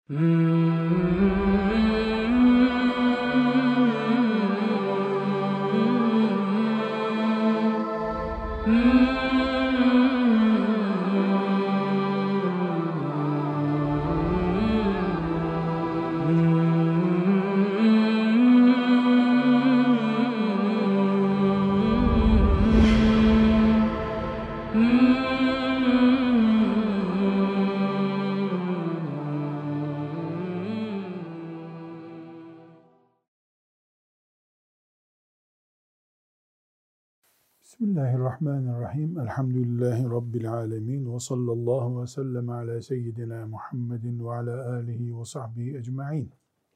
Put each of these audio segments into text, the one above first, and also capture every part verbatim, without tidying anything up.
Bismillahirrahmanirrahim. Elhamdülillahi Rabbil alemin. Ve sallallahu ve sellem ala seyyidina Muhammedin ve ala alihi ve sahbihi ecma'in.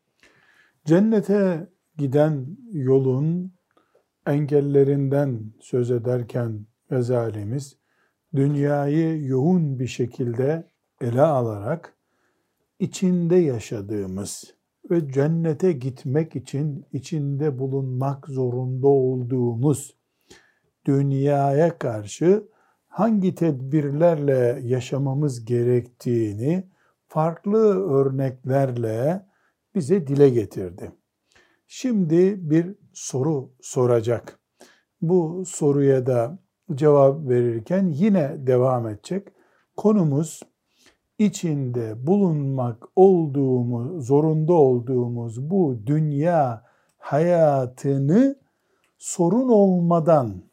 Cennete giden yolun engellerinden söz ederken Gazalimiz, dünyayı yoğun bir şekilde ele alarak, içinde yaşadığımız ve cennete gitmek için içinde bulunmak zorunda olduğumuz dünyaya karşı hangi tedbirlerle yaşamamız gerektiğini farklı örneklerle bize dile getirdi. Şimdi bir soru soracak. Bu soruya da cevap verirken yine devam edecek. Konumuz içinde bulunmak olduğumuz, zorunda olduğumuz bu dünya hayatını sorun olmadan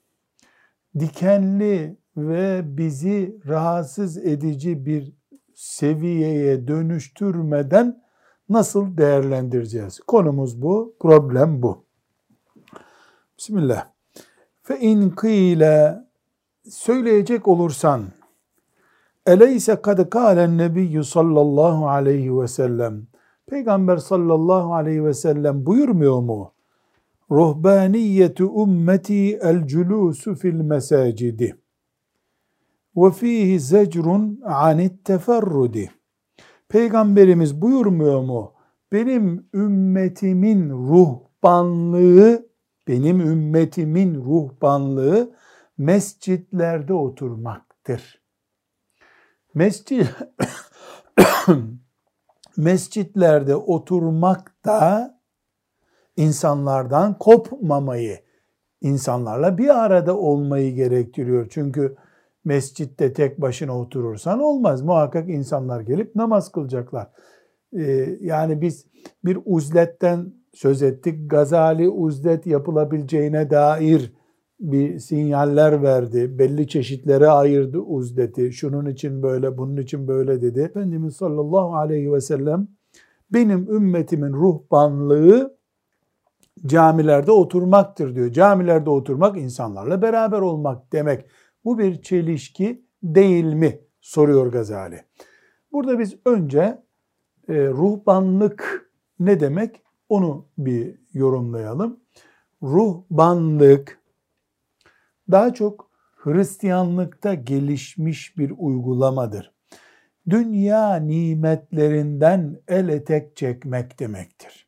dikenli ve bizi rahatsız edici bir seviyeye dönüştürmeden nasıl değerlendireceğiz? Konumuz bu, problem bu. Bismillah. Fe in kıyle, söyleyecek olursan, eleyse kad kâlen nebiyyü sallallahu aleyhi ve sellem, Peygamber sallallahu aleyhi ve sellem buyurmuyor mu? Ruhbaniyetu ümmeti el culusu fil mesacidi ve fihi zecrun anit teferrudi. Peygamberimiz buyurmuyor mu? Benim ümmetimin ruhbanlığı, benim ümmetimin ruhbanlığı mescitlerde oturmaktır. Mescid mescitlerde oturmak da insanlardan kopmamayı, insanlarla bir arada olmayı gerektiriyor. Çünkü mescitte tek başına oturursan olmaz. Muhakkak insanlar gelip namaz kılacaklar. Ee, yani biz bir uzletten söz ettik. Gazali uzlet yapılabileceğine dair bir sinyaller verdi. Belli çeşitlere ayırdı uzleti. Şunun için böyle, bunun için böyle dedi. Efendimiz sallallahu aleyhi ve sellem benim ümmetimin ruhbanlığı camilerde oturmaktır diyor. Camilerde oturmak insanlarla beraber olmak demek. Bu bir çelişki değil mi? Soruyor Gazali. Burada biz önce e, ruhbanlık ne demek? Onu bir yorumlayalım. Ruhbanlık daha çok Hristiyanlıkta gelişmiş bir uygulamadır. Dünya nimetlerinden el etek çekmek demektir.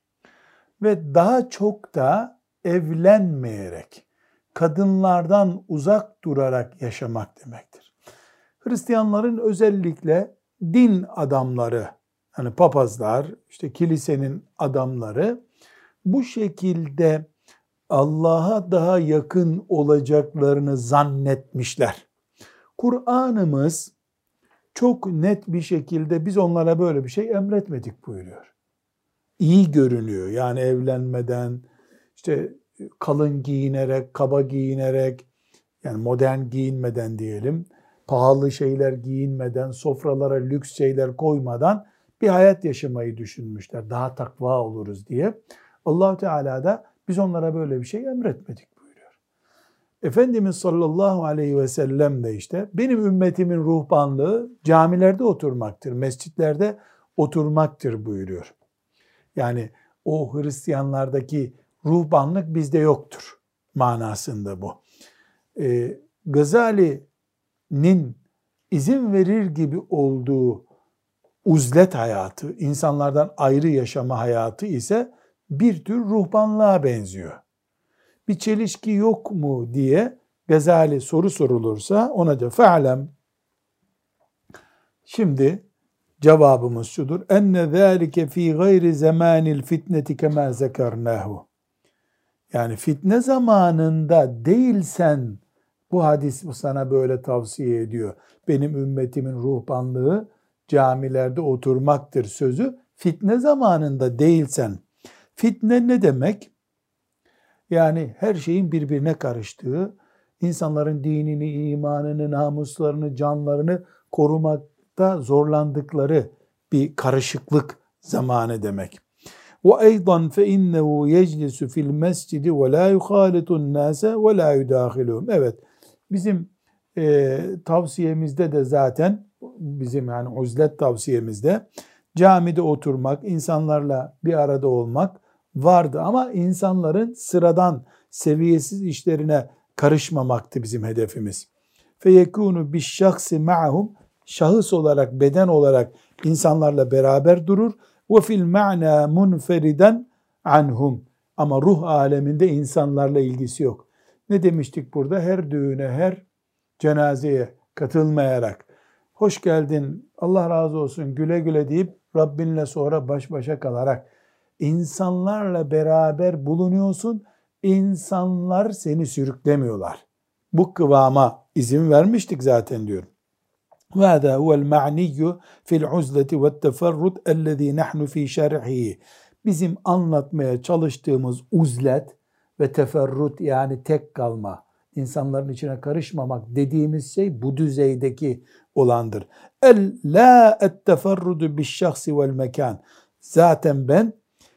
Ve daha çok da evlenmeyerek, kadınlardan uzak durarak yaşamak demektir. Hristiyanların özellikle din adamları, yani papazlar, işte kilisenin adamları bu şekilde Allah'a daha yakın olacaklarını zannetmişler. Kur'an'ımız çok net bir şekilde biz onlara böyle bir şey emretmedik buyuruyor. İyi görünüyor. Yani evlenmeden, işte kalın giyinerek, kaba giyinerek, yani modern giyinmeden diyelim, pahalı şeyler giyinmeden, sofralara lüks şeyler koymadan bir hayat yaşamayı düşünmüşler. Daha takva oluruz diye. Allah-u Teala da biz onlara böyle bir şey emretmedik buyuruyor. Efendimiz sallallahu aleyhi ve sellem de işte benim ümmetimin ruhbanlığı camilerde oturmaktır, mescitlerde oturmaktır buyuruyor. Yani o Hristiyanlardaki ruhbanlık bizde yoktur manasında bu. Ee, Gazali'nin izin verir gibi olduğu uzlet hayatı, insanlardan ayrı yaşama hayatı ise bir tür ruhbanlığa benziyor. Bir çelişki yok mu diye Gazali soru sorulursa ona da fe'lem, şimdi Cevabımız şudur. Enne zâlike fî gayri zemânil fitneti kemâ zekernâhu. Yani fitne zamanında değilsen bu hadis sana böyle tavsiye ediyor. Benim ümmetimin ruhbanlığı camilerde oturmaktır sözü. Fitne zamanında değilsen. Fitne ne demek? Yani her şeyin birbirine karıştığı, insanların dinini, imanını, namuslarını, canlarını korumakta zorlandıkları bir karışıklık zamanı demek. وَاَيْضًا فَاِنَّهُ يَجْلِسُ فِي الْمَسْجِدِ وَلَا يُخَالِطُ النَّاسَ وَلَا يُدَاخِلُهُمْ. Evet, bizim e, tavsiyemizde de zaten, bizim yani uzlet tavsiyemizde camide oturmak, insanlarla bir arada olmak vardı ama insanların sıradan, seviyesiz işlerine karışmamaktı bizim hedefimiz. فَيَكُونُ بِالشَّخْصِ مَعَهُمْ. Şahıs olarak, beden olarak insanlarla beraber durur. وَفِي الْمَعْنَى مُنْفَرِدًا عَنْهُمْ. Ama ruh aleminde insanlarla ilgisi yok. Ne demiştik burada? Her düğüne, her cenazeye katılmayarak, hoş geldin, Allah razı olsun, güle güle deyip Rabbinle sonra baş başa kalarak insanlarla beraber bulunuyorsun. İnsanlar seni sürüklemiyorlar. Bu kıvama izin vermiştik zaten diyorum. وَهَذَا هُوَ الْمَعْنِيُّ فِي الْعُزْلَةِ وَالتَّفَرُّدِ الَّذ۪ي نَحْنُ ف۪ي شَرْحِهِ. Bizim anlatmaya çalıştığımız uzlet ve teferrut, yani tek kalma, insanların içine karışmamak dediğimiz şey bu düzeydeki olandır. El la etteferrudu bi'ş-şahsi vel mekan. Zaten ben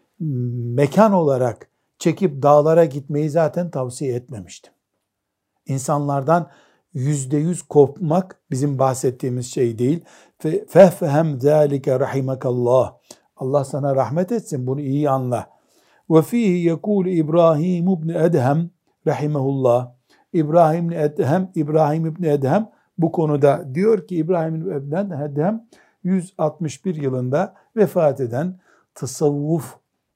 mekan olarak çekip dağlara gitmeyi zaten tavsiye etmemiştim. İnsanlardan yüzde yüz kopmak bizim bahsettiğimiz şey değil. Fefhem zâlike rahimekallah. Allah sana rahmet etsin, bunu iyi anla. Ve fihi yekûl İbrahim ibn Edhem rahimehullah. İbrahim ibn Edhem, İbrahim ibn Edhem bu konuda diyor ki, İbrahim ibn Edhem yüz altmış bir yılında vefat eden tasavvuf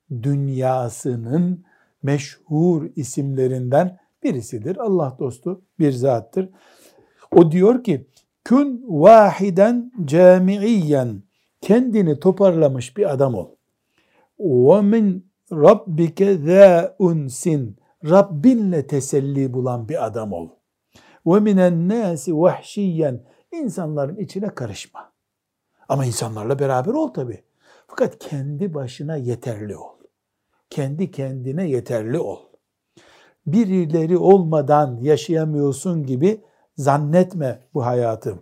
dünyasının meşhur isimlerinden birisidir. Allah dostu bir zattır. O diyor ki, kün vahiden camiiyen, kendini toparlamış bir adam ol. Ve min rabbike zâ unsin, Rabbinle teselli bulan bir adam ol. Ve minen nâsi vahşiyen, insanların içine karışma. Ama insanlarla beraber ol tabi. Fakat kendi başına yeterli ol. Kendi kendine yeterli ol. Birileri olmadan yaşayamıyorsun gibi zannetme bu hayatı.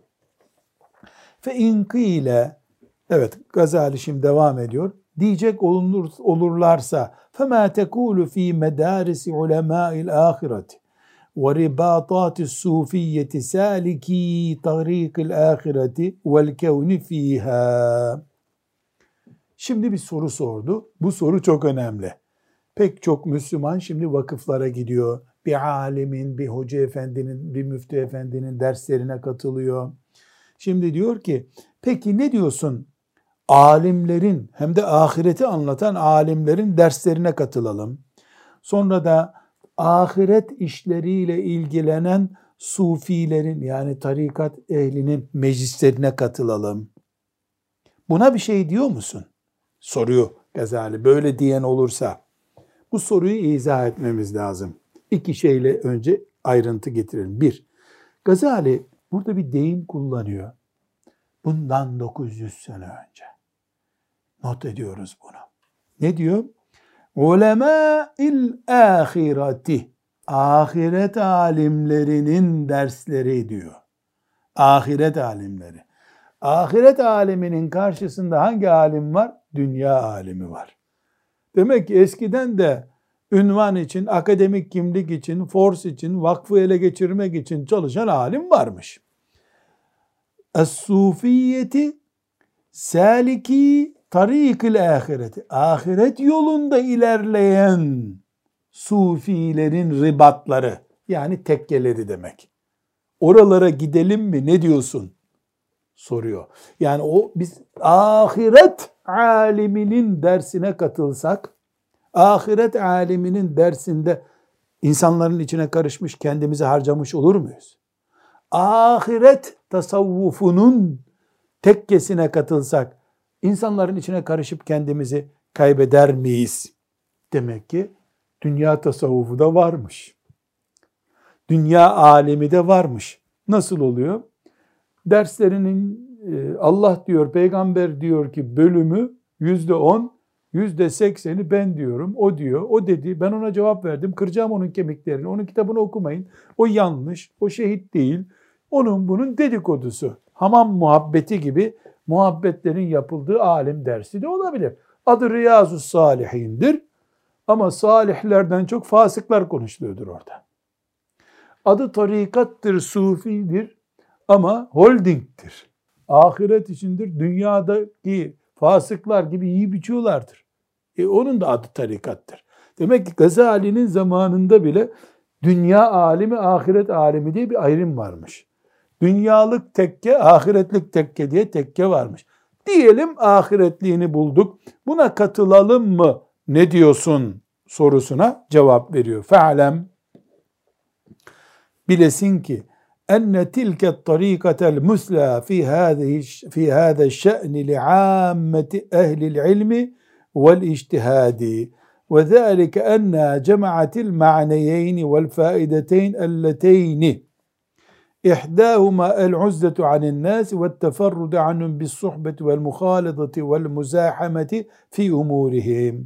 Fe inkile, evet Gazali şimdi devam ediyor. Diyecek olunur, olurlarsa فَمَا تَكُولُ ف۪ي مَدَارِسِ عُلَمَاءِ الْآخِرَةِ وَرِبَاطَاتِ السُّوفِيَّةِ سَالِك۪ي طَر۪يقِ الْآخِرَةِ وَالْكَوْنِ ف۪يهَا. Şimdi bir soru sordu. Bu soru çok önemli. Pek çok Müslüman şimdi vakıflara gidiyor. Bir alimin, bir hoca efendinin, bir müftü efendinin derslerine katılıyor. Şimdi diyor ki, peki ne diyorsun? Alimlerin, hem de ahireti anlatan alimlerin derslerine katılalım. Sonra da ahiret işleriyle ilgilenen sufilerin, yani tarikat ehlinin meclislerine katılalım. Buna bir şey diyor musun? Soruyor Gazali. Böyle diyen olursa bu soruyu izah etmemiz lazım. İki şeyle önce ayrıntı getirelim. Bir, Gazali burada bir deyim kullanıyor. Bundan dokuz yüz sene önce. Not ediyoruz bunu. Ne diyor? Ulemâ'il âhireti. Ahiret alimlerinin dersleri diyor. Ahiret alimleri. Ahiret aliminin karşısında hangi alim var? Dünya alimi var. Demek ki eskiden de ünvan için, akademik kimlik için, fors için, vakfı ele geçirmek için çalışan alim varmış. Es-sufiyeti saliki tarikil ahireti. Ahiret yolunda ilerleyen sufilerin ribatları, yani tekkeleri demek. Oralara gidelim mi, ne diyorsun? Soruyor. Yani o biz ahiret aliminin dersine katılsak, ahiret aliminin dersinde insanların içine karışmış, kendimizi harcamış olur muyuz? Ahiret tasavvufunun tekkesine katılsak insanların içine karışıp kendimizi kaybeder miyiz? Demek ki dünya tasavvufu da varmış. Dünya alemi de varmış. Nasıl oluyor? Derslerinin Allah diyor, peygamber diyor ki bölümü yüzde on, yüzde sekseni ben diyorum. O diyor, o dedi. Ben ona cevap verdim. Kıracağım onun kemiklerini. Onun kitabını okumayın. O yanlış. O şehit değil. Onun bunun dedikodusu. Hamam muhabbeti gibi muhabbetlerin yapıldığı alim dersi de olabilir. Adı Riyazu Salihin'dir. Ama salihlerden çok fasıklar konuşuluyordur orada. Adı tarikattır, sufidir ama holdingdir. Ahiret içindir, dünyadaki fasıklar gibi yiyip içiyorlardır. E onun da adı tarikattır. Demek ki Gazali'nin zamanında bile dünya alimi, ahiret alimi diye bir ayrım varmış. Dünyalık tekke, ahiretlik tekke diye tekke varmış. Diyelim ahiretliğini bulduk. Buna katılalım mı? Ne diyorsun sorusuna cevap veriyor. Fe'lem, bilesin ki enne tilke tarikatel musla fi hâzihi fi hâza şe'ni li'âmmeti ehlil ilmi vel ictihâdi ve zâlike ennâ cemaatil ma'neyeyni vel fâideteyn elleteyni İhdâhuma el-uzzetu anin nâsi ve teferrudu anhum bis suhbeti vel muhâledati vel muzâhameti fi umurihim.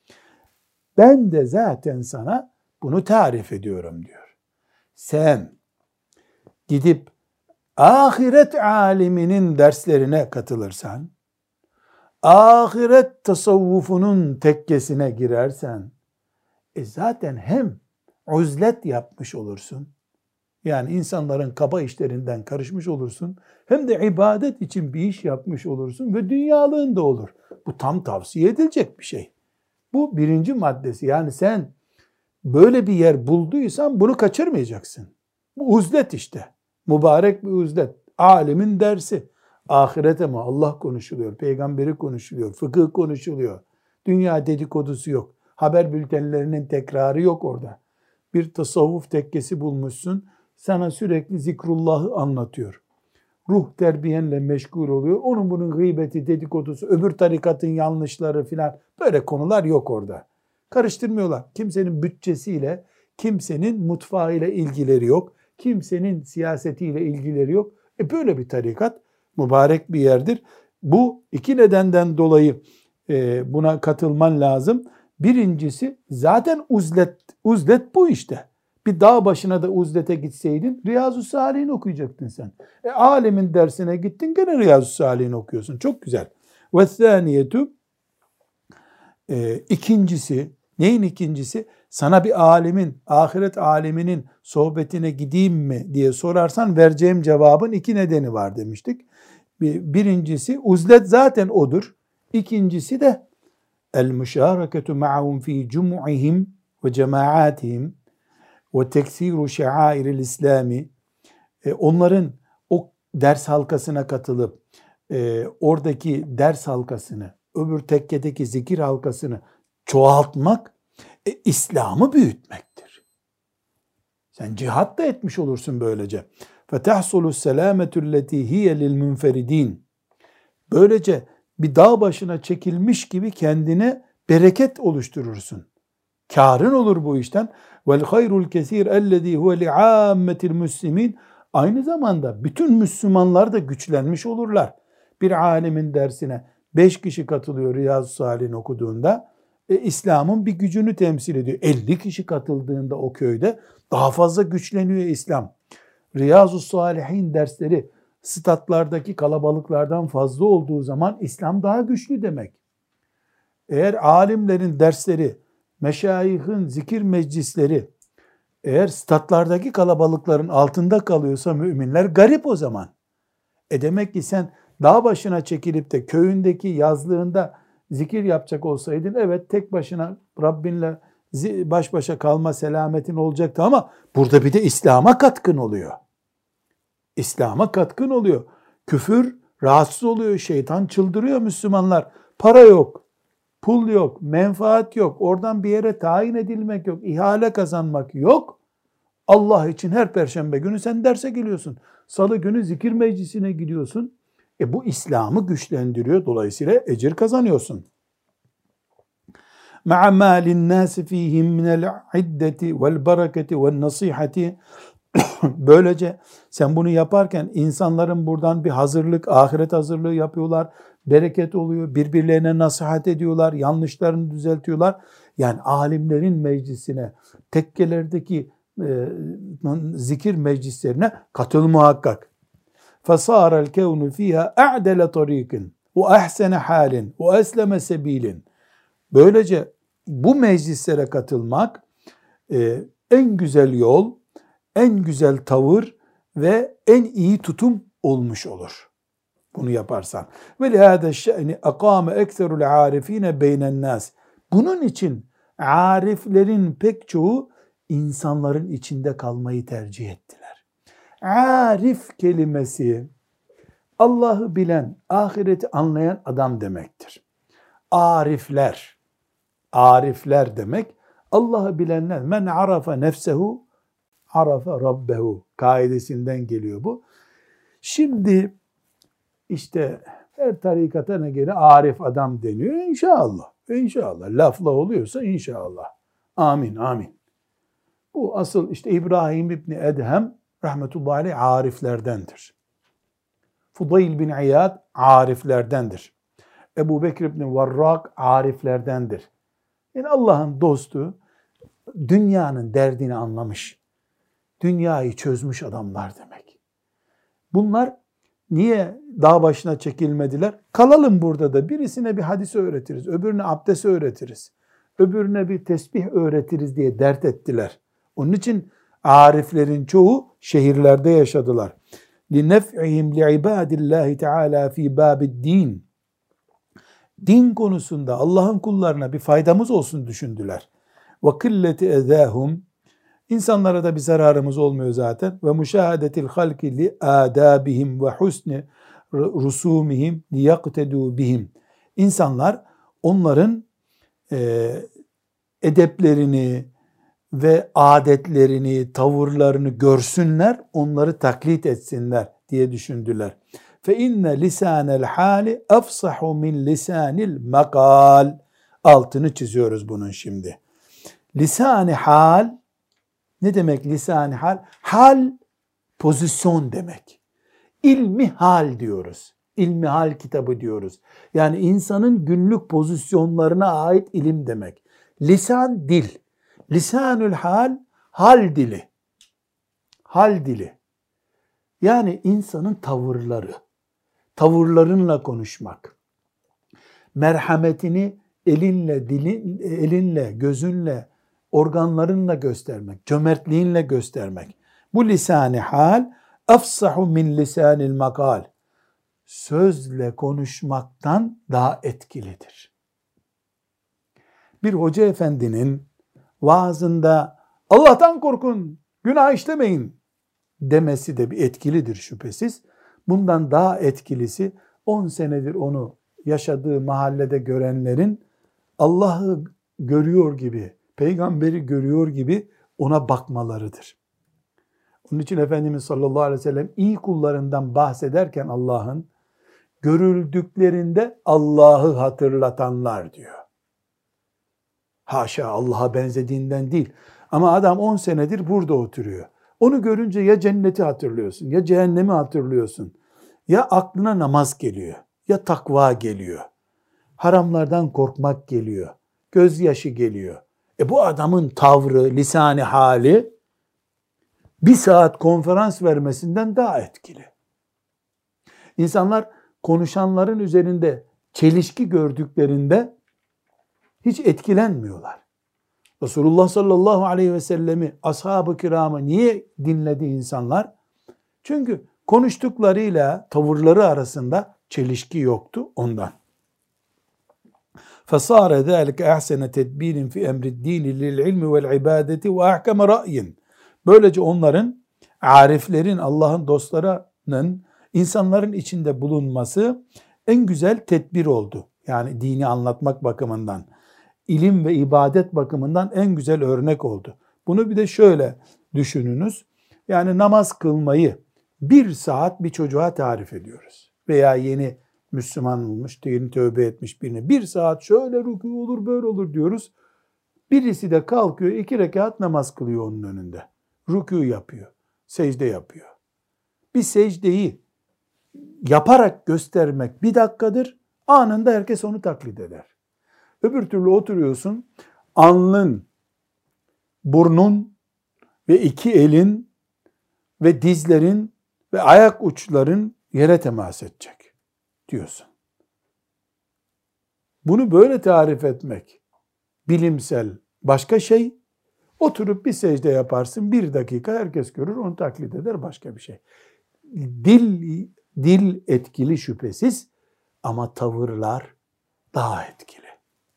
Ben de zaten sana bunu tarif ediyorum diyor. Sen gidip ahiret aliminin derslerine katılırsan, ahiret tasavvufunun tekkesine girersen, e zaten hem uzlet yapmış olursun, yani insanların kaba işlerinden karışmış olursun, hem de ibadet için bir iş yapmış olursun ve dünyalığın da olur. Bu tam tavsiye edilecek bir şey. Bu birinci maddesi. Yani sen böyle bir yer bulduysan bunu kaçırmayacaksın. Bu uzlet işte. Mübarek bir uzlet. Alimin dersi. Ahirete mi? Allah konuşuluyor, peygamberi konuşuluyor, fıkıh konuşuluyor. Dünya dedikodusu yok. Haber bültenlerinin tekrarı yok orada. Bir tasavvuf tekkesi bulmuşsun. Sana sürekli zikrullahı anlatıyor. Ruh terbiyenle meşgul oluyor. Onun bunun gıybeti, dedikodusu, öbür tarikatın yanlışları filan, böyle konular yok orada. Karıştırmıyorlar. Kimsenin bütçesiyle, kimsenin mutfağıyla ilgileri yok. Kimsenin siyasetiyle ilgileri yok. E böyle bir tarikat mübarek bir yerdir. Bu iki nedenden dolayı e, buna katılman lazım. Birincisi zaten uzlet, uzlet bu işte. Bir dağ başına da uzlete gitseydin Riyazu Salih'in okuyacaktın sen. E, alemin dersine gittin gene Riyazu Salih'in okuyorsun. Çok güzel. Ve thaniyetu, e, ikincisi, neyin ikincisi? Sana bir alemin, ahiret aleminin sohbetine gideyim mi diye sorarsan vereceğim cevabın iki nedeni var demiştik. Birincisi uzlet zaten odur. İkincisi de el müşareketu ma'hum fi cum'ihim ve cemaatihim ve teksiru şe'airil İslami. Onların o ders halkasına katılıp e, oradaki ders halkasını, öbür tekkedeki zikir halkasını çoğaltmak e, İslam'ı büyütmektir. Sen cihat da etmiş olursun böylece. فَتَحْصُلُ السَّلَامَةُ الَّتِي هِيَ لِلْمُنْفَرِد۪ينَ. Böylece bir dağ başına çekilmiş gibi kendine bereket oluşturursun. Kârın olur bu işten. وَالْخَيْرُ الْكَثِيرُ اَلَّذ۪ي هُوَ لِعَامَّةِ الْمُسْلِمِينَ. Aynı zamanda bütün Müslümanlar da güçlenmiş olurlar. Bir alemin dersine beş kişi katılıyor Riyazu Salih'in okuduğunda. E, İslam'ın bir gücünü temsil ediyor. elli kişi katıldığında o köyde daha fazla güçleniyor İslam. Riyazu Salihin dersleri statlardaki kalabalıklardan fazla olduğu zaman İslam daha güçlü demek. Eğer alimlerin dersleri, meşayihin zikir meclisleri eğer statlardaki kalabalıkların altında kalıyorsa müminler garip o zaman. E demek ki sen dağ başına çekilip de köyündeki yazlığında zikir yapacak olsaydın, evet tek başına Rabbinle baş başa kalma selametin olacaktı ama burada bir de İslam'a katkın oluyor. İslam'a katkın oluyor. Küfür rahatsız oluyor, şeytan çıldırıyor Müslümanlar. Para yok, pul yok, menfaat yok, oradan bir yere tayin edilmek yok, ihale kazanmak yok. Allah için her perşembe günü sen derse geliyorsun. Salı günü zikir meclisine gidiyorsun. E bu İslam'ı güçlendiriyor. Dolayısıyla ecir kazanıyorsun. مَعَ مَا لِلنَّاسِ ف۪يهِمْ مِنَ الْعِدَّةِ وَالْبَرَكَةِ وَالنَّصِيحَةِ Böylece sen bunu yaparken insanların buradan bir hazırlık, ahiret hazırlığı yapıyorlar. Bereket oluyor. Birbirlerine nasihat ediyorlar. Yanlışlarını düzeltiyorlar. Yani alimlerin meclisine, tekkelerdeki e, zikir meclislerine katıl muhakkak. فَصَارَ الْكَوْنُ ف۪يهَا اَعْدَلَ طَر۪يقٍ وَاَحْسَنَ حَالٍ وَاَسْلَمَ سَب۪يلٍ Böylece bu meclislere katılmak e, en güzel yol, en güzel tavır ve en iyi tutum olmuş olur. Bunu yaparsan. Ve lihâde şe'ni akâme ekserul ârifîne beynennâs. Bunun için ariflerin pek çoğu insanların içinde kalmayı tercih ettiler. Arif kelimesi Allah'ı bilen, ahireti anlayan adam demektir. Arifler, arifler demek Allah'ı bilenler. Men arafa nefsehu arafa rabbehu kaidesinden geliyor bu. Şimdi işte her tarikata göre arif adam deniyor. İnşallah. İnşallah. Lafla oluyorsa inşallah. Amin, amin. Bu asıl işte İbrahim İbni Edhem rahmetullahi aleyh ariflerdendir. Fudayl bin İyad ariflerdendir. Ebu Bekir İbni Varrak ariflerdendir. Yani Allah'ın dostu dünyanın derdini anlamış. Dünyayı çözmüş adamlar demek. Bunlar niye dağ başına çekilmediler? Kalalım burada da birisine bir hadis öğretiriz, öbürüne abdest öğretiriz, öbürüne bir tesbih öğretiriz diye dert ettiler. Onun için ariflerin çoğu şehirlerde yaşadılar. لِنَفْعِهِمْ لِعِبَادِ اللّٰهِ تَعَالَى ف۪ي بَابِ الدِّينِ Din konusunda Allah'ın kullarına bir faydamız olsun düşündüler. وَقِلَّةِ اَذَاهُمْ İnsanlara da bir zararımız olmuyor zaten. Ve müşahedetil halki li adabihim ve husni rusumihim li yaktedu bihim. İnsanlar onların e, edeplerini ve adetlerini, tavırlarını görsünler, onları taklit etsinler diye düşündüler. Fe inne lisanel hali afsahu min lisanil makal. Altını çiziyoruz bunun şimdi. Lisan-ı hal ne demek lisan-ı hal? Hal pozisyon demek. İlmi hal diyoruz. İlmi hal kitabı diyoruz. Yani insanın günlük pozisyonlarına ait ilim demek. Lisan dil. Lisanül hal hal dili. Hal dili. Yani insanın tavırları. Tavırlarınla konuşmak. Merhametini elinle, dilin, elinle, gözünle, organlarınla göstermek, cömertliğinle göstermek. Bu lisan-ı hal afsahu min lisanil makal. Sözle konuşmaktan daha etkilidir. Bir hoca efendinin vaazında Allah'tan korkun, günah işlemeyin demesi de bir etkilidir şüphesiz. Bundan daha etkilisi on senedir onu yaşadığı mahallede görenlerin Allah'ı görüyor gibi, peygamberi görüyor gibi ona bakmalarıdır. Onun için Efendimiz sallallahu aleyhi ve sellem iyi kullarından bahsederken Allah'ın görüldüklerinde Allah'ı hatırlatanlar diyor. Haşa Allah'a benzediğinden değil. Ama adam on senedir burada oturuyor. Onu görünce ya cenneti hatırlıyorsun, ya cehennemi hatırlıyorsun. Ya aklına namaz geliyor, ya takva geliyor. Haramlardan korkmak geliyor, gözyaşı geliyor. E bu adamın tavrı, lisan-ı hali bir saat konferans vermesinden daha etkili. İnsanlar konuşanların üzerinde çelişki gördüklerinde hiç etkilenmiyorlar. Resulullah sallallahu aleyhi ve sellemi, ashab-ı kiramı niye dinledi insanlar? Çünkü konuştuklarıyla tavırları arasında çelişki yoktu ondan. فَصَارَ ذَٰلِكَ اَحْسَنَ تَدْب۪يرٍ فِي اَمْرِ الد۪ينِ لِلْعِلْمِ وَالْعِبَادَةِ وَاَحْكَمَ رَأْيٍ Böylece onların, ariflerin, Allah'ın dostlarının insanların içinde bulunması en güzel tedbir oldu. Yani dini anlatmak bakımından, ilim ve ibadet bakımından en güzel örnek oldu. Bunu bir de şöyle düşününüz. Yani namaz kılmayı bir saat bir çocuğa tarif ediyoruz. veya yeni Müslüman olmuş, yeni tövbe etmiş birine bir saat şöyle rükû olur böyle olur diyoruz. Birisi de kalkıyor iki rekat namaz kılıyor onun önünde. Rükû yapıyor, secde yapıyor. Bir secdeyi yaparak göstermek bir dakikadır. Anında herkes onu taklit eder. Öbür türlü oturuyorsun, alnın, burnun ve iki elin ve dizlerin ve ayak uçların yere temas edecek diyorsun. Bunu böyle tarif etmek bilimsel başka şey. Oturup bir secde yaparsın, bir dakika herkes görür, onu taklit eder, başka bir şey. Dil, dil etkili şüphesiz ama tavırlar daha etkili.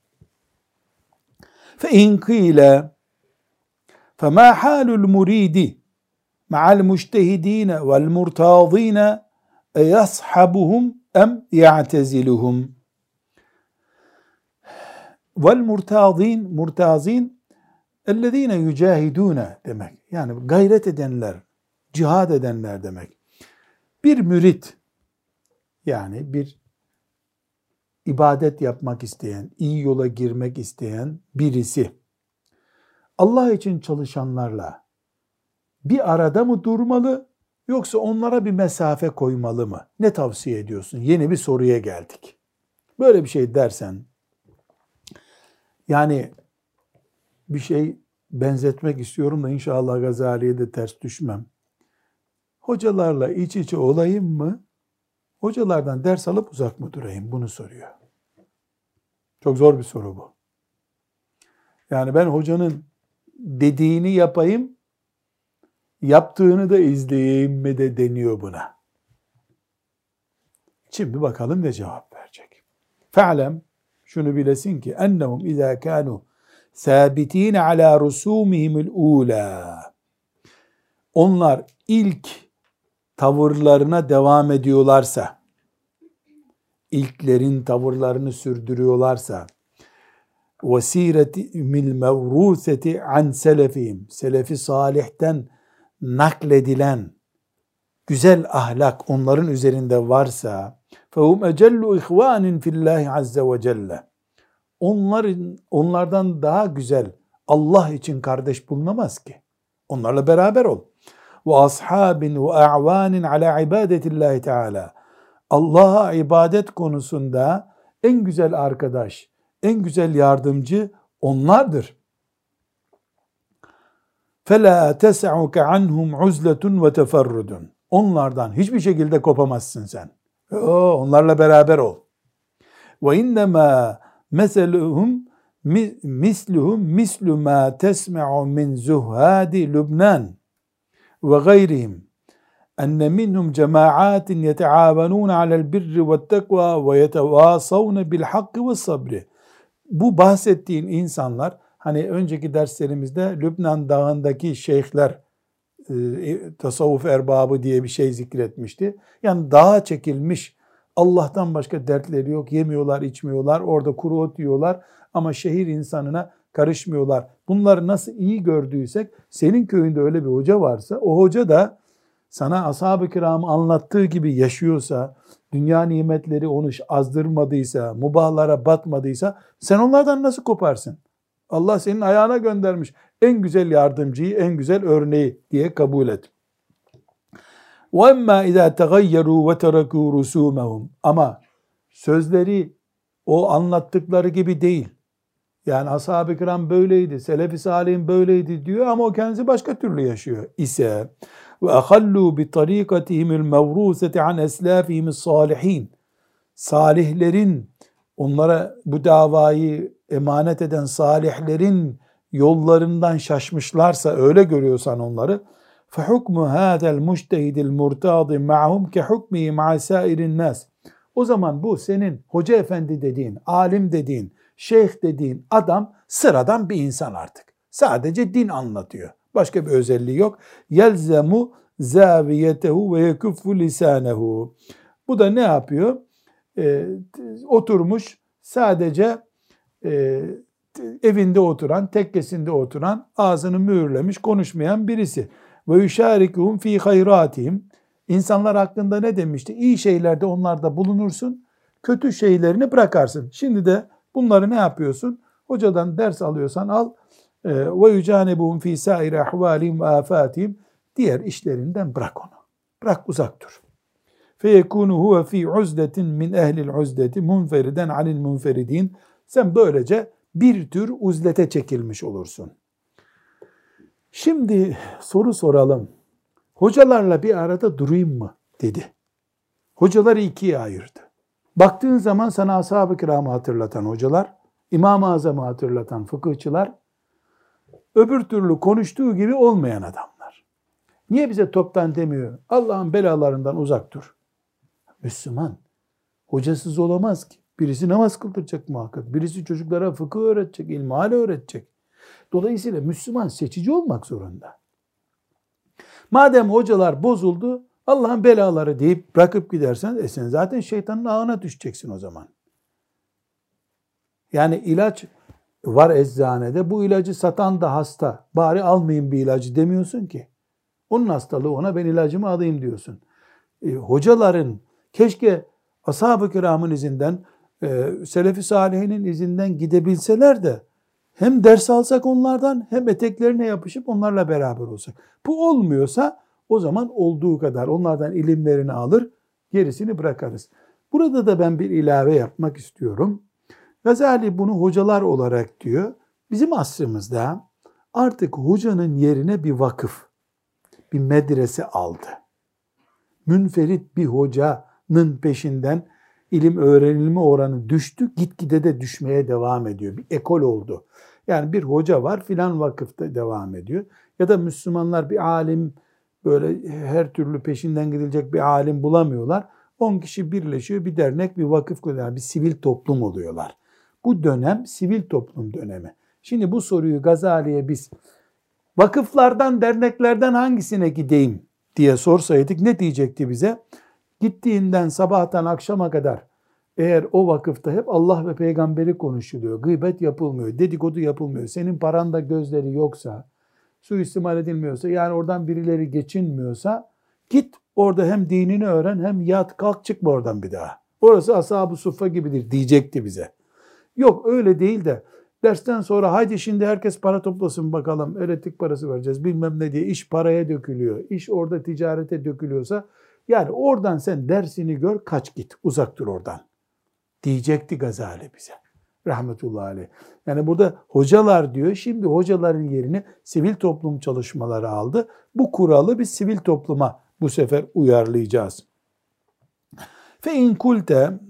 فَاِنْ قِيلَ فَمَا حَالُ الْمُرِيدِ مَعَ الْمُجْتَهِد۪ينَ وَالْمُرْتَاض۪ينَ اَيَصْحَبُهُمْ اَمْ يَعْتَزِلُهُمْ وَالْمُرْتَاض۪ينَ murtazin اَلَّذ۪ينَ يُجَاهِدُونَ demek. Yani gayret edenler, cihad edenler demek. Bir mürit, yani bir ibadet yapmak isteyen, iyi yola girmek isteyen birisi, Allah için çalışanlarla bir arada mı durmalı, yoksa onlara bir mesafe koymalı mı? Ne tavsiye ediyorsun? Yeni bir soruya geldik. Böyle bir şey dersen, yani bir şey benzetmek istiyorum da inşallah Gazali'ye de ters düşmem. Hocalarla iç içe olayım mı? Hocalardan ders alıp uzak mı durayım? Bunu soruyor. Çok zor bir soru bu. Yani ben hocanın dediğini yapayım, yaptığını da izleyeyim mi de deniyor buna. Şimdi bakalım ne cevap verecek. Fe'lem, şunu bilesin ki ennehum izâ kânû sâbitîne alâ rusûmihimul ûlâ. Onlar ilk tavırlarına devam ediyorlarsa, ilklerin tavırlarını sürdürüyorlarsa, vesiretimil mevrûseti an selefihim, selefi salihten nakledilen güzel ahlak onların üzerinde varsa, fehum ecellu ihvanin fillahi azze ve celle. Onların, onlardan daha güzel Allah için kardeş bulunamaz ki. Onlarla beraber ol. Ve ashabin ve a'vanin ala ibadetillahi teala. Allah'a ibadet konusunda en güzel arkadaş, en güzel yardımcı onlardır. فَلَا تَسَعُكَ عَنْهُمْ عُزْلَةٌ وَتَفَرُّدٌ. Onlardan hiçbir şekilde kopamazsın sen. Oo, onlarla beraber ol. وَاِنَّمَا مَثَلُهُمْ مِثْلُهُمْ مِثْلُ مَا تَسْمَعُ مِنْ زُهَّادِ لُبْنَانِ وَغَيْرِهِمْ أَنَّ مِنْهُمْ جَمَاعَاتٍ يَتَعَاوَنُونَ عَلَى الْبِرِّ وَالتَّقْوَى وَيَتَوَاصَوْنَ بِالْحَقِّ وَالصَّبْرِ. Bu bahsettiğin insanlar, hani önceki derslerimizde Lübnan Dağı'ndaki şeyhler, e, tasavvuf erbabı diye bir şey zikretmişti. Yani dağa çekilmiş, Allah'tan başka dertleri yok, yemiyorlar, içmiyorlar, orada kuru ot yiyorlar ama şehir insanına karışmıyorlar. Bunları nasıl iyi gördüysek, senin köyünde öyle bir hoca varsa, o hoca da sana ashab-ı kiramı anlattığı gibi yaşıyorsa, dünya nimetleri onu azdırmadıysa, mubahlara batmadıysa, sen onlardan nasıl koparsın? Allah senin ayağına göndermiş en güzel yardımcıyı, en güzel örneği diye kabul et. وَاَمَّا اِذَا تَغَيَّرُوا وَتَرَكُوا رُسُومَهُمْ. Ama sözleri o anlattıkları gibi değil. Yani ashab-ı kiram böyleydi, selef-i salihin böyleydi diyor ama o kendisi başka türlü yaşıyor ise وَاَخَلُّوا بِطَرِيقَتِهِمِ الْمَوْرُوسَةِ عَنْ اَسْلَافِهِمِ الصَّالِحِينَ. Salihlerin, onlara bu davayı emanet eden salihlerin yollarından şaşmışlarsa, öyle görüyorsan onları, فَحُكْمُ هَذَا الْمُجْتَهِدِ الْمُرْتَاضِ مَعْهُمْ كَحُكْمِهِ مَعَ سَائِرِ النَّاسِ. O zaman bu senin hoca efendi dediğin, alim dediğin, şeyh dediğin adam sıradan bir insan artık. Sadece din anlatıyor. Başka bir özelliği yok. يَلْزَمُ زَاوِيَتَهُ وَيَكُفُّ لِسَانَهُ. Bu da ne yapıyor? Ee, oturmuş sadece e, evinde oturan, tekkesinde oturan, ağzını mühürlemiş, konuşmayan birisi. Ve yuşarikuhum fi hayratihim. İnsanlar hakkında ne demişti? İyi şeylerde onlarda bulunursun, kötü şeylerini bırakarsın. Şimdi de bunları ne yapıyorsun? Hocadan ders alıyorsan al. Ve yücanebuhum fî sâire ahvâlihim ve âfâtihim. Diğer işlerinden bırak onu. Bırak, uzak dur. فَيَكُونُ هُوَ ف۪ي عُزْدَةٍ مِنْ اَهْلِ الْعُزْدَةِ مُنْفَرِدًا عَنِ الْمُنْفَرِد۪ينَ. Sen böylece bir tür uzlete çekilmiş olursun. Şimdi soru soralım. Hocalarla bir arada durayım mı dedi. Hocaları ikiye ayırdı. Baktığın zaman sana ashab-ı kiramı hatırlatan hocalar, İmam-ı Azam'ı hatırlatan fıkıhçılar, öbür türlü konuştuğu gibi olmayan adamlar. Niye bize toptan demiyor? Allah'ın belalarından uzak dur. Müslüman hocasız olamaz ki. Birisi namaz kıldıracak muhakkak. Birisi çocuklara fıkıh öğretecek, ilmihal öğretecek. Dolayısıyla Müslüman seçici olmak zorunda. Madem hocalar bozuldu, Allah'ın belaları deyip bırakıp gidersen, e sen zaten şeytanın ağına düşeceksin o zaman. Yani ilaç var eczanede, bu ilacı satan da hasta. Bari almayayım bir ilacı demiyorsun ki. Onun hastalığı ona, ben ilacımı alayım diyorsun. E, hocaların keşke ashab-ı kiramın izinden, e, selef-i salihinin izinden gidebilseler de hem ders alsak onlardan, hem eteklerine yapışıp onlarla beraber olsak. Bu olmuyorsa o zaman olduğu kadar onlardan ilimlerini alır, gerisini bırakarız. Burada da ben bir ilave yapmak istiyorum. Gazali bunu hocalar olarak diyor. Bizim asrımızda artık hocanın yerine bir vakıf, bir medrese aldı. Münferit bir hocanın peşinden ilim öğrenilme oranı düştü, gitgide de düşmeye devam ediyor. Bir ekol oldu. Yani bir hoca var, filan vakıfta devam ediyor. Ya da Müslümanlar bir alim, böyle her türlü peşinden gidilecek bir alim bulamıyorlar. on kişi birleşiyor, bir dernek, bir vakıf kuruyorlar, bir sivil toplum oluyorlar. Bu dönem sivil toplum dönemi. Şimdi bu soruyu Gazali'ye biz vakıflardan, derneklerden hangisine gideyim diye sorsaydık ne diyecekti bize? Gittiğinden sabahtan akşama kadar eğer o vakıfta hep Allah ve peygamberi konuşuluyor, gıybet yapılmıyor, dedikodu yapılmıyor, senin paranda gözleri yoksa, suistimal edilmiyorsa, yani oradan birileri geçinmiyorsa, git orada hem dinini öğren, hem yat kalk çıkma oradan bir daha. Orası ashab-ı suffa gibidir diyecekti bize. Yok öyle değil de dersten sonra haydi şimdi herkes para toplasın bakalım, elektrik parası vereceğiz bilmem ne diye iş paraya dökülüyor. İş orada ticarete dökülüyorsa, yani oradan sen dersini gör, kaç git, uzak dur oradan diyecekti Gazali bize. Rahmetullahi aleyh. Yani burada hocalar diyor, şimdi hocaların yerini sivil toplum çalışmaları aldı. Bu kuralı biz sivil topluma bu sefer uyarlayacağız. Fe in kulte,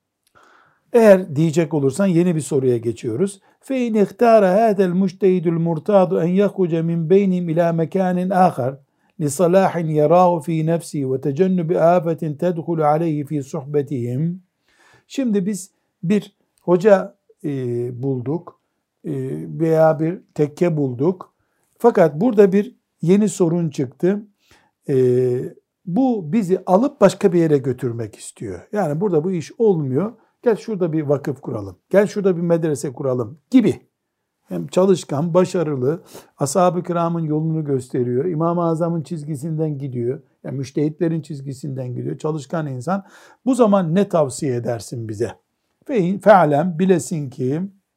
eğer diyecek olursan yeni bir soruya geçiyoruz. Fe in ihtara hada'l mujtehidul murtadu en yakhruca min beynihim ila mekanin ahar li salahin yarahu fi nefsihi ve tecennubi afetin tedhulu aleyhi fi suhbetihim. Şimdi biz bir hoca e, bulduk e, veya bir tekke bulduk. Fakat burada bir yeni sorun çıktı. E, bu bizi alıp başka bir yere götürmek istiyor. Yani burada bu iş olmuyor. Gel şurada bir vakıf kuralım. Gel şurada bir medrese kuralım gibi. Hem çalışkan, başarılı, ashab-ı kiramın yolunu gösteriyor. İmam-ı Azam'ın çizgisinden gidiyor. Yani müştehitlerin çizgisinden gidiyor. Çalışkan insan. Bu zaman ne tavsiye edersin bize? Fe'alem, bilesin ki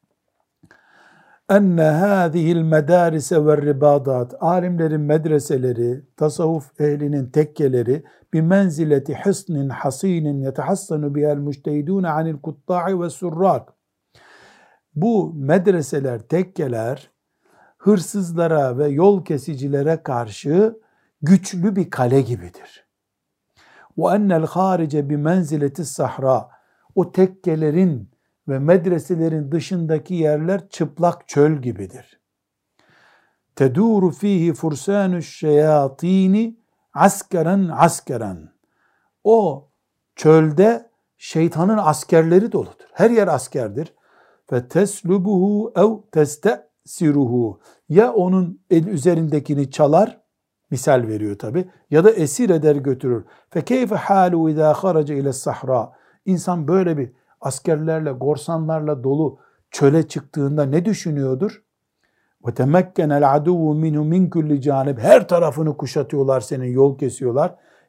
enne hâzihil medârise ve ribadat, alimlerin medreseleri, tasavvuf ehlinin tekkeleri bi menzileti hısnin hasinin yetehassanu bihel müştehidûne anil kuttâ'i ve surrak. Bu medreseler, tekkeler hırsızlara ve yol kesicilere karşı güçlü bir kale gibidir. Ve ennel hârice bi menzileti sahra, o tekkelerin ve medreselerin dışındaki yerler çıplak çöl gibidir. Tedûru fîhî fursânü şeyâtîni askeren askeren. O çölde şeytanın askerleri doludur. Her yer askerdir. Fe teslubuhu ev testesiruhu. Ya onun el üzerindekini çalar, misal veriyor tabi, ya da esir eder götürür. Fe keyfe halu izâ kharaca ile sahra. İnsan böyle bir askerlerle, korsanlarla dolu çöle çıktığında ne düşünüyordur? Ve temekkenel aduvu minhu min kulli canib. Her tarafını kuşatıyorlar, senin yol kesiyorlar.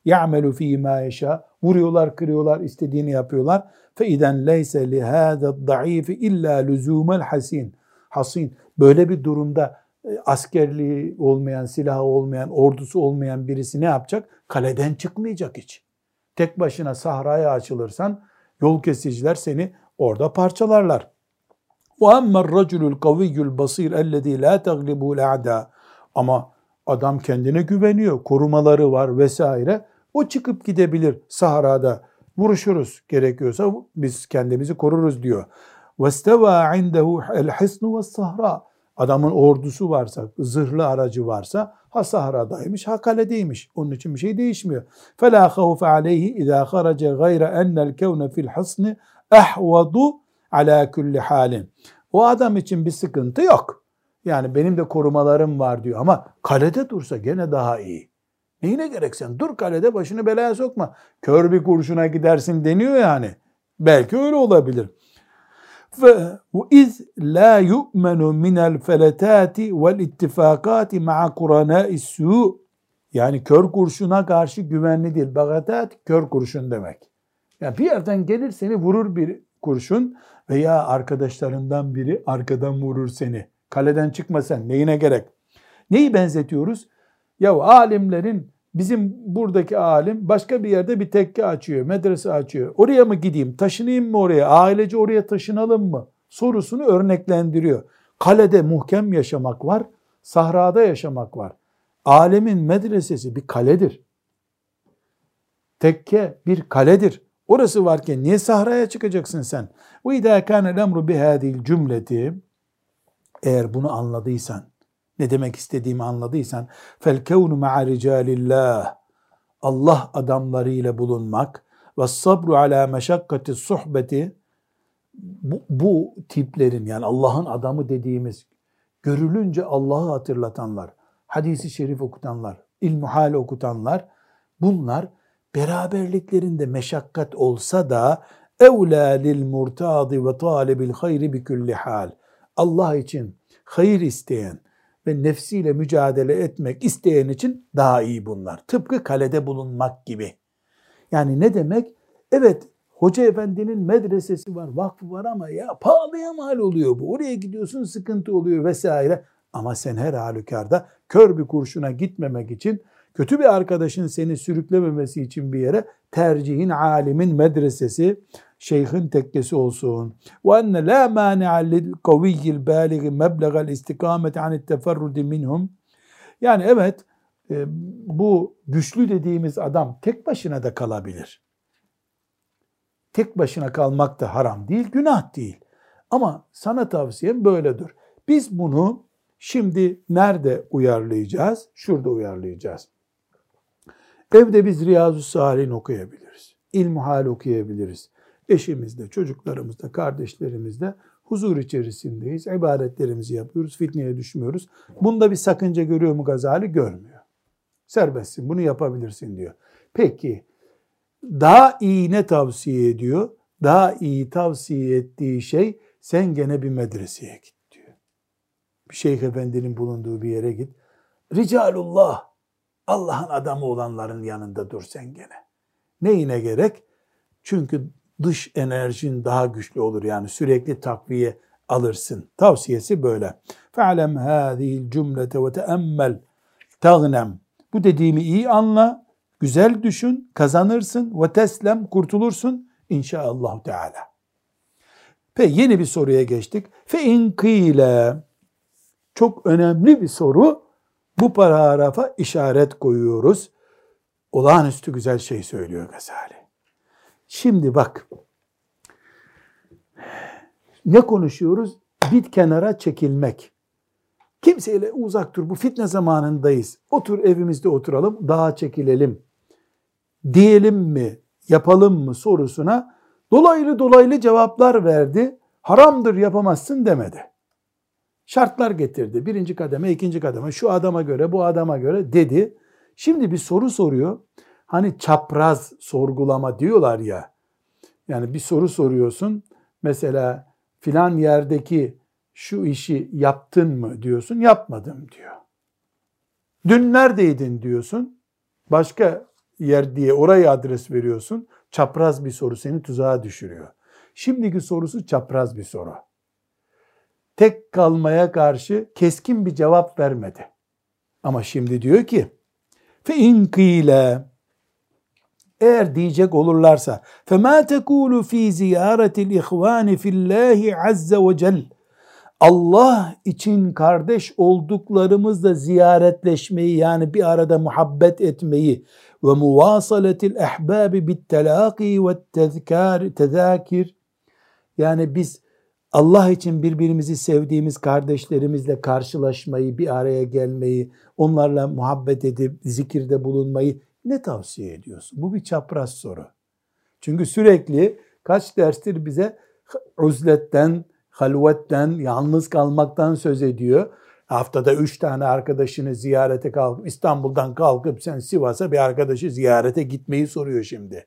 ya'melu fî mâ yeşâ. Vuruyorlar, kırıyorlar, istediğini yapıyorlar. Fe iden leyse li hâda'd-da'îfi illâ lüzûmel hasîn. Hasin. Böyle bir durumda askerliği olmayan, silahı olmayan, ordusu olmayan birisi ne yapacak? Kaleden çıkmayacak hiç. Tek başına sahraya açılırsan yol kesiciler seni orada parçalarlar. وَاَمَّا الرَّجُلُ الْقَوِيُّ الْبَصِيرُ الَّذ۪ي لَا تَغْلِبُهُ الْاَعْدَى. Ama adam kendine güveniyor, korumaları var vesaire. O çıkıp gidebilir sahrada. Vuruşuruz gerekiyorsa biz kendimizi koruruz diyor. وَاسْتَوَى عِنْدَهُ الْحِسْنُ وَالسَّهْرَى. Adamın ordusu varsa, zırhlı aracı varsa ha sahradaymış ha kaledeymiş. Onun için bir şey değişmiyor. فَلَا خَوْفَ عَلَيْهِ اِذَا خَرَجَ غَيْرَ اَنَّ الْكَوْنَ فِي الْحِسْنِ اَحْوَضُ عَلَى كُلِّ حَالٍ. O adam için bir sıkıntı yok. Yani benim de korumalarım var diyor ama kalede dursa gene daha iyi. Neyine gerek sen? Dur kalede, başını belaya sokma. Kör bir kurşuna gidersin deniyor yani. Belki öyle olabilir. وَاِذْ لَا يُؤْمَنُ مِنَ الْفَلَتَاتِ وَالْاِتِّفَاقَاتِ مَعَ قُرَنَاءِ السُّوءِ. Yani kör kurşuna karşı güvenli değil. Bagatat kör kurşun demek. Yani bir yerden gelir seni vurur bir kurşun veya arkadaşlarından biri arkadan vurur seni. Kaleden çıkma sen. Neyine gerek? Neyi benzetiyoruz? Ya alimlerin, bizim buradaki alim başka bir yerde bir tekke açıyor, medrese açıyor. Oraya mı gideyim, taşınayım mı oraya, ailece oraya taşınalım mı sorusunu örneklendiriyor. Kalede muhkem yaşamak var, sahrada yaşamak var. Alemin medresesi bir kaledir. Tekke bir kaledir. Orası varken niye sahraya çıkacaksın sen? وَاِذَا كَانَ الْاَمْرُ بِهَذِي الْجُمْلَةِ. Eğer bunu anladıysan, ne demek istediğimi anladıysan, فَالْكَوْنُ مَعَ رِجَالِ اللّٰهِ. Allah adamlarıyla bulunmak ve sabru ala meşakkati suhbeti, bu, bu tiplerin, yani Allah'ın adamı dediğimiz, görülünce Allah'ı hatırlatanlar, hadisi şerif okutanlar, ilmuhal okutanlar, bunlar beraberliklerinde meşakkat olsa da evlâ lil murtâdi ve tâlibil hayri bi kulli hal. Allah için hayır isteyen ve nefsiyle mücadele etmek isteyen için daha iyi bunlar. Tıpkı kalede bulunmak gibi. Yani ne demek? Evet, hoca efendinin medresesi var, vakfı var ama ya pahalıya mal oluyor bu. Oraya gidiyorsun, sıkıntı oluyor vesaire. Ama sen her halükarda kör bir kurşuna gitmemek için, kötü bir arkadaşın seni sürüklememesi için bir yere tercihin alimin medresesi, şeyhin tekkesi olsun. وَاَنَّ لَا مَانِعَ لِلْقَوِيِّ الْبَالِغِ مَبْلَغَ الْاِسْتِقَامَةِ عَنِ التَّفَرُّدِ مِنْهُمْ. Yani evet, e, bu güçlü dediğimiz adam tek başına da kalabilir. Tek başına kalmak da haram değil, günah değil. Ama sana tavsiyem böyle dur. Biz bunu şimdi nerede uyarlayacağız? Şurada uyarlayacağız. Evde biz Riyazu Salihin okuyabiliriz. İlmuhal okuyabiliriz. Eşimizle, çocuklarımızla, kardeşlerimizle huzur içerisindeyiz. İbadetlerimizi yapıyoruz. Fitneye düşmüyoruz. Bunda bir sakınca görüyor mu Gazali? Görmüyor. Serbestsin, bunu yapabilirsin diyor. Peki, daha iyi ne tavsiye ediyor? Daha iyi tavsiye ettiği şey, sen gene bir medreseye git diyor. Bir şeyh efendinin bulunduğu bir yere git. Ricalullah, Allah'ın adamı olanların yanında dur sen gene. Neyine gerek? Çünkü dış enerjin daha güçlü olur. Yani sürekli takviye alırsın. Tavsiyesi böyle. فَعْلَمْ هَذِهِ الْجُمْلَةَ وَتَأَمَّلْ تَغْنَمْ. Bu dediğimi iyi anla, güzel düşün, kazanırsın ve teslem, kurtulursun inşallah Teala. Peki yeni bir soruya geçtik. فَاِنْ قِيلَ. Çok önemli bir soru. Bu paragrafa işaret koyuyoruz. Olağanüstü güzel şey söylüyor Gazali. Şimdi bak, ne konuşuyoruz? Bir kenara çekilmek. Kimseyle uzak dur, bu fitne zamanındayız. Otur evimizde oturalım, dağa çekilelim. Diyelim mi, yapalım mı sorusuna dolaylı dolaylı cevaplar verdi. Haramdır, yapamazsın demedi. Şartlar getirdi. Birinci kademe, ikinci kademe, şu adama göre, bu adama göre dedi. Şimdi bir soru soruyor. Hani çapraz sorgulama diyorlar ya. Yani bir soru soruyorsun. Mesela filan yerdeki şu işi yaptın mı diyorsun. Yapmadım diyor. Dün neredeydin diyorsun. Başka yer diye oraya adres veriyorsun. Çapraz bir soru seni tuzağa düşürüyor. Şimdiki sorusu çapraz bir soru. Tek kalmaya karşı keskin bir cevap vermedi. Ama şimdi diyor ki فَاِنْ قِيلَ eğer diyecek olurlarsa فَمَا تَكُولُ ف۪ي زِيَارَةِ الْاِخْوَانِ فِي اللّٰهِ عَزَّ وَجَلٍ Allah için kardeş olduklarımızla ziyaretleşmeyi, yani bir arada muhabbet etmeyi ve muvasaletil ehbabi bit telaki ve tezkar tezakir, yani biz Allah için birbirimizi sevdiğimiz kardeşlerimizle karşılaşmayı, bir araya gelmeyi, onlarla muhabbet edip zikirde bulunmayı ne tavsiye ediyorsun? Bu bir çapraz soru. Çünkü sürekli kaç derstir bize uzletten, halvetten, yalnız kalmaktan söz ediyor. Haftada üç tane arkadaşını ziyarete kalkıp, İstanbul'dan kalkıp sen Sivas'a bir arkadaşı ziyarete gitmeyi soruyor şimdi.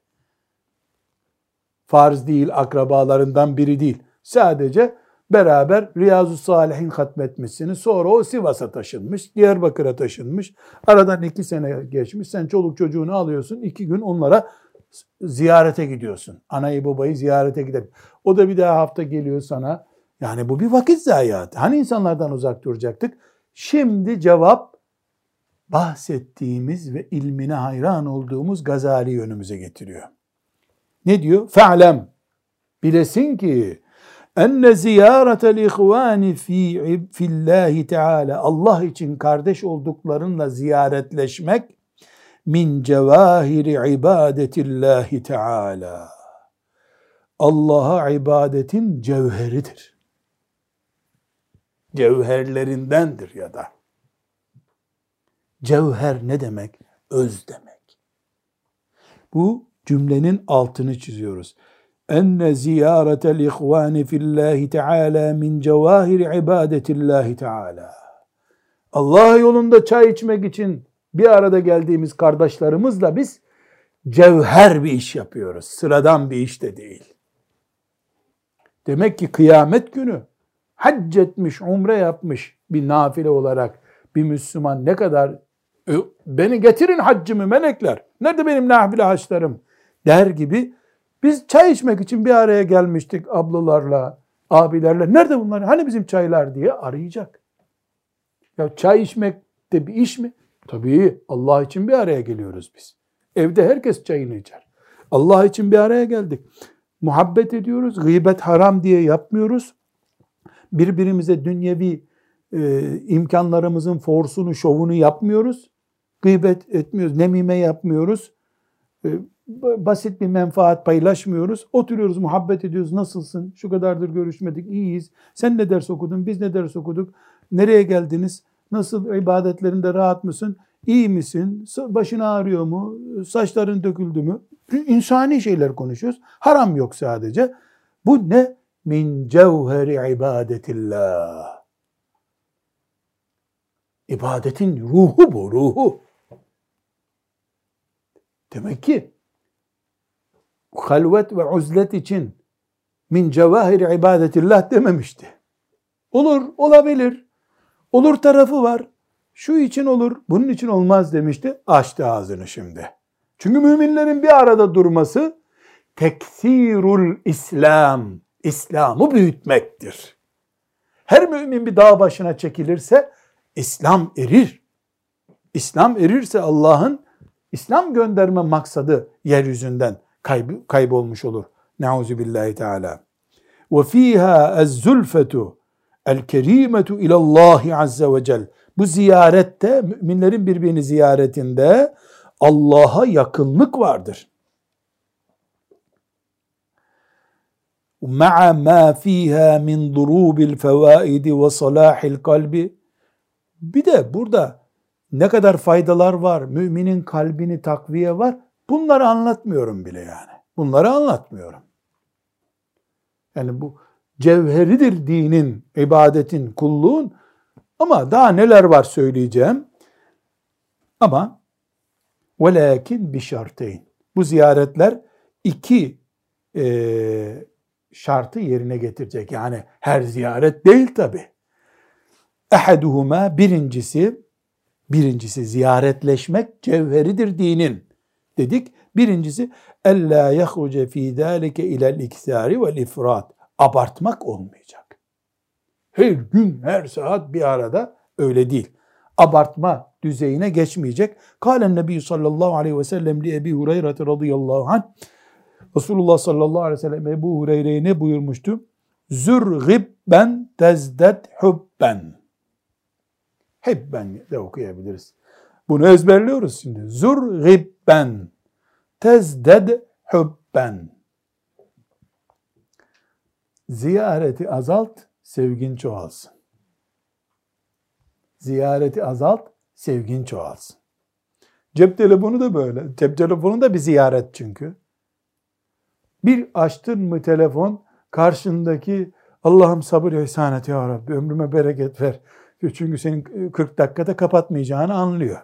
Farz değil, akrabalarından biri değil. Sadece beraber Riyazu Salihin hatmetmişsiniz. Sonra o Sivas'a taşınmış, Diyarbakır'a taşınmış. Aradan iki sene geçmiş. Sen çoluk çocuğunu alıyorsun. iki gün onlara ziyarete gidiyorsun. Anayı babayı ziyarete gider. O da bir daha hafta geliyor sana. Yani bu bir vakit zayiatı. Hani insanlardan uzak duracaktık? Şimdi cevap bahsettiğimiz ve ilmine hayran olduğumuz Gazali'yi önümüze getiriyor. Ne diyor? Fe'lem. Bilesin ki enne ziyaretel ihvani fi fillahi teala, Allah için kardeş olduklarınla ziyaretleşmek min cevahiri ibadetillahi teala, Allah'a ibadetin cevheridir. Cevherlerindendir ya da. Cevher ne demek? Öz demek. Bu cümlenin altını çiziyoruz. Enne ziyaretel ihvani fillahi teala min cevahiri ibadetillahi teala. Allah yolunda çay içmek için bir arada geldiğimiz kardeşlerimizle biz cevher bir iş yapıyoruz. Sıradan bir iş de değil. Demek ki kıyamet günü hac etmiş, umre yapmış bir nafile olarak bir Müslüman ne kadar beni getirin haccımı melekler, nerede benim nafile haçlarım der gibi, biz çay içmek için bir araya gelmiştik ablalarla, abilerle, nerede bunlar, hani bizim çaylar diye arayacak. Ya çay içmek de bir iş mi? Tabii Allah için bir araya geliyoruz biz. Evde herkes çayını içer. Allah için bir araya geldik. Muhabbet ediyoruz. Gıybet haram diye yapmıyoruz. Birbirimize dünyevi e, imkanlarımızın forsunu, şovunu yapmıyoruz. Gıybet etmiyoruz. Nemime yapmıyoruz. E, basit bir menfaat paylaşmıyoruz. Oturuyoruz, muhabbet ediyoruz. Nasılsın? Şu kadardır görüşmedik. İyiyiz. Sen ne ders okudun? Biz ne ders okuduk? Nereye geldiniz? Nasıl, ibadetlerinde rahat mısın? İyi misin? Başın ağrıyor mu? Saçların döküldü mü? İnsani şeyler konuşuyoruz. Haram yok sadece. Bu ne? Min cevheri ibadetillah. İbadetin ruhu bu, ruhu. Demek ki halvet ve uzlet için min cevahiri ibadetillah dememişti. Olur, olabilir. Olur tarafı var. Şu için olur, bunun için olmaz demişti. Açtı ağzını şimdi. Çünkü müminlerin bir arada durması teksirul İslam, İslam'ı büyütmektir. Her mümin bir dağ başına çekilirse İslam erir. İslam erirse Allah'ın İslam gönderme maksadı yeryüzünden kayb- kaybolmuş olur. Nauzubillahi teala. Ve fiha ez-zulfetu el-kerimetu ilallahi azze ve cel. Bu ziyarette, müminlerin birbirini ziyaretinde Allah'a yakınlık vardır. Ma'a ma fiha min durubil fevaid ve salahil kalbi. Bir de burada ne kadar faydalar var, müminin kalbini takviye var. Bunları anlatmıyorum bile yani. Bunları anlatmıyorum. Yani bu cevheridir dinin, ibadetin, kulluğun. Ama daha neler var söyleyeceğim. Ama velakin bi şarteyn. Bu ziyaretler iki e, şartı yerine getirecek. Yani her ziyaret değil tabi. Ehaduhuma, birincisi, birincisi ziyaretleşmek cevheridir dinin dedik. Birincisi ella yahruce fi zalike ila'l iksari ve'l ifrat. Abartmak olmayacak. Her gün, her saat bir arada, öyle değil. Abartma düzeyine geçmeyecek. Kâlen Nebi sallallahu aleyhi ve sellem li Ebi Hureyre radıyallahu anh. Resulullah sallallahu aleyhi ve sellem Ebu Hureyre'ye ne buyurmuştu? Zür gibben tezdet hubben. Hibben de okuyabiliriz. Bunu ezberliyoruz şimdi. Zür gibben tezded hubben. Ziyareti azalt, sevgin çoğalsın. Ziyareti azalt, sevgin çoğalsın. Cep telefonu da böyle. Cep telefonu da bir ziyaret çünkü. Bir açtın mı telefon, karşındaki Allah'ım sabır ihsan et ya Rabbi, ömrüme bereket ver. Çünkü senin kırk dakikada kapatmayacağını anlıyor.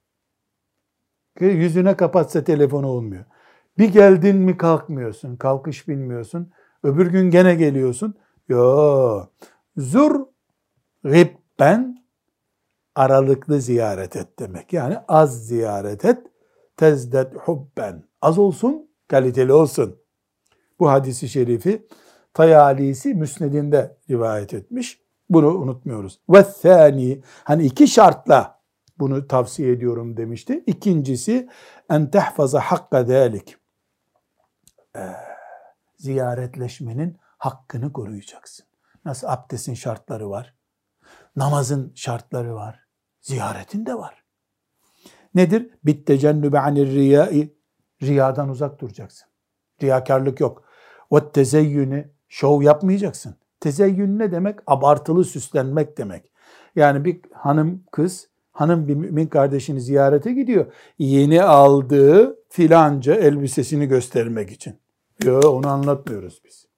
Yüzüne kapatsa telefonu olmuyor. Bir geldin mi kalkmıyorsun, kalkış bilmiyorsun. Öbür gün gene geliyorsun. Yo, zur gibben, aralıklı ziyaret et demek. Yani az ziyaret et. Tezdet hubben. Az olsun, kaliteli olsun. Bu hadisi şerifi Tayalisi Müsned'inde rivayet etmiş. Bunu unutmuyoruz. Ve thani, hani iki şartla bunu tavsiye ediyorum demişti. İkincisi en tehfaza hakka zalik. Ee, ziyaretleşmenin hakkını koruyacaksın. Nasıl abdestin şartları var? Namazın şartları var. Ziyaretin de var. Nedir? Bittecennübe anir riyai. Riyadan uzak duracaksın. Riyakarlık yok. Ve tezeyyünü, şov yapmayacaksın. Tezeyyün ne demek? Abartılı süslenmek demek. Yani bir hanım kız, hanım bir mümin kardeşini ziyarete gidiyor. Yeni aldığı filanca elbisesini göstermek için. Yok, onu anlatmıyoruz biz.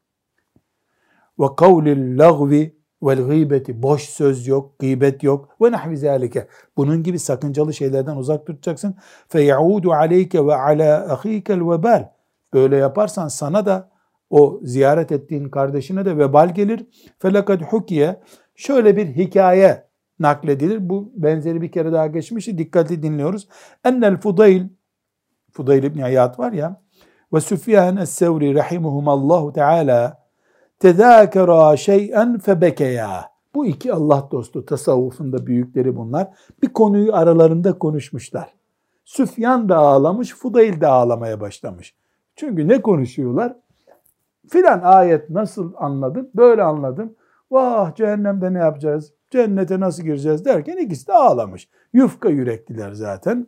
Ve kavlil lagvi vel gıybeti, boş söz yok, gıybet yok. Ve nahvi zalike. Bunun gibi sakıncalı şeylerden uzak tutacaksın. Fe yaudu aleyke ve ala ahikel vebal. Böyle yaparsan sana da, o ziyaret ettiğin kardeşine de vebal gelir. Felakad hukiye, şöyle bir hikaye nakledilir. Bu benzeri bir kere daha geçmişti. Dikkatli dinliyoruz. Ennel Fudayl, Fudayl İbni Hayat var ya, ve Süfyan es-Sevri rahimuhumallahu teala tezâkera şey'en febekeya. Bu iki Allah dostu, tasavvufunda büyükleri bunlar. Bir konuyu aralarında konuşmuşlar. Süfyan da ağlamış, Fudayl de ağlamaya başlamış. Çünkü ne konuşuyorlar? Filan ayet nasıl anladın? Böyle anladım. Vah, cehennemde ne yapacağız? Cennete nasıl gireceğiz derken ikisi de ağlamış. Yufka yürekliler zaten.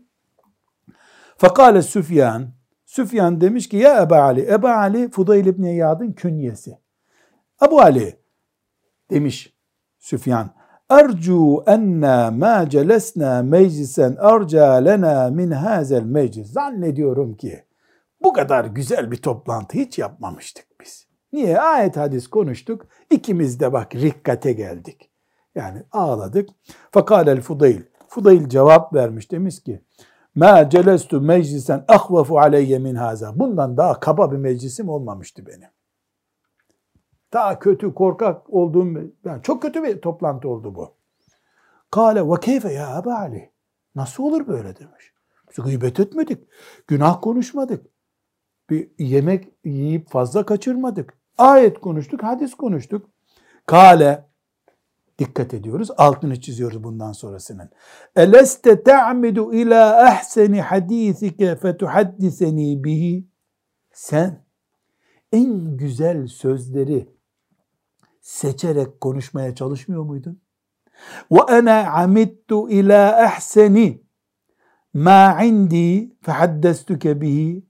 Fakale Süfyan, Süfyan demiş ki ya Ebu Ali, Ebu Ali Fudayl İbni İyad'ın künyesi. Ebu Ali demiş Süfyan, Ercu enna ma celesna meclisen erca lena min hazel meclis. Zannediyorum ki bu kadar güzel bir toplantı hiç yapmamıştık biz. Niye? Ayet hadis konuştuk. İkimiz de bak rikkate geldik. Yani ağladık. Fakâlel Fudayl. Fudayl cevap vermiş, demiş ki mâ celestu meclisen ahvafu aleyye min hâzâ. Bundan daha kaba bir meclisim olmamıştı benim. Daha kötü, korkak olduğum, yani çok kötü bir toplantı oldu bu. Kâle ve keyfe ya Ebu Ali. Nasıl olur böyle demiş. Biz gıybet etmedik. Günah konuşmadık. Bir yemek yiyip fazla kaçırmadık. Ayet konuştuk, hadis konuştuk. Kâle, dikkat ediyoruz, altını çiziyoruz bundan sonrasının. Eleste te'amidu ila ahseni hadisike fetuhaddiseni bihi. Sen en güzel sözleri seçerek konuşmaya çalışmıyor muydun? Ve ana amittu ila ahseni ma indi fehaddestuke bihi.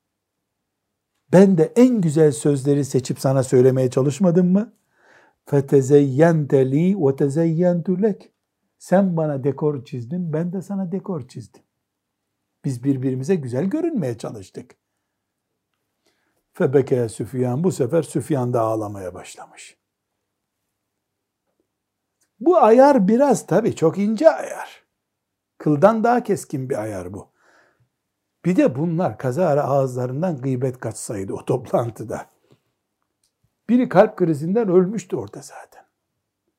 Ben de en güzel sözleri seçip sana söylemeye çalışmadım mı? فَتَزَيَّنْتَ لِي وَتَزَيَّنْتُ لَكِ. Sen bana dekor çizdin, ben de sana dekor çizdim. Biz birbirimize güzel görünmeye çalıştık. Febeke Süfyan, bu sefer Süfyan da ağlamaya başlamış. Bu ayar biraz tabii çok ince ayar. Kıldan daha keskin bir ayar bu. Bir de bunlar kazara ağızlarından gıybet kaçsaydı o toplantıda. Biri kalp krizinden ölmüştü orada zaten.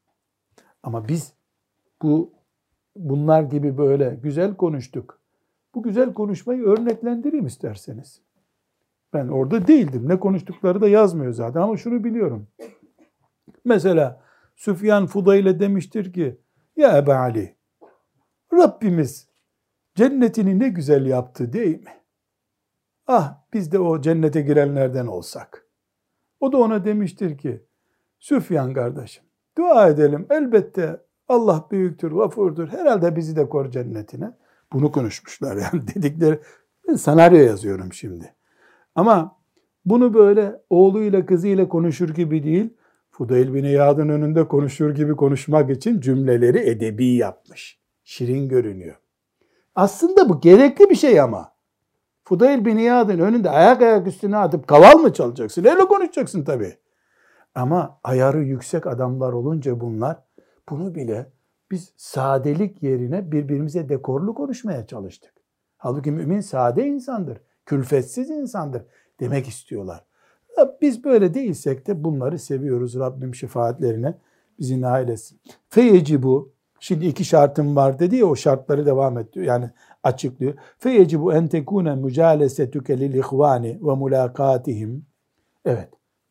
Ama biz bu bunlar gibi böyle güzel konuştuk. Bu güzel konuşmayı örneklendireyim isterseniz. Ben orada değildim. Ne konuştukları da yazmıyor zaten ama şunu biliyorum. Mesela Süfyan Fudayl'e demiştir ki, ya Ebu Ali, Rabbimiz cennetini ne güzel yaptı değil mi? Ah biz de o cennete girenlerden olsak. O da ona demiştir ki, Süfyan kardeşim, dua edelim. Elbette Allah büyüktür, gafurdur. Herhalde bizi de kor cennetine. Bunu konuşmuşlar yani dedikleri. Ben senaryo yazıyorum şimdi. Ama bunu böyle oğluyla kızıyla konuşur gibi değil, Fudayl bin İyad'ın önünde konuşur gibi konuşmak için cümleleri edebi yapmış. Şirin görünüyor. Aslında bu gerekli bir şey ama. Fudayl bin İyad'ın önünde ayak ayak üstüne atıp kaval mı çalacaksın? Öyle konuşacaksın tabii. Ama ayarı yüksek adamlar olunca bunlar, bunu bile biz sadelik yerine birbirimize dekorlu konuşmaya çalıştık. Halbuki mümin sade insandır, külfetsiz insandır demek istiyorlar. Biz böyle değilsek de bunları seviyoruz. Rabbim şefaatlerine bizi nail etsin. Feyecibu, şimdi iki şartım var dedi ya, o şartları devam ediyor. Yani açıklıyor. Feyecibu en tekune mücalesetüke lil ihvani ve mulakatihim. Evet.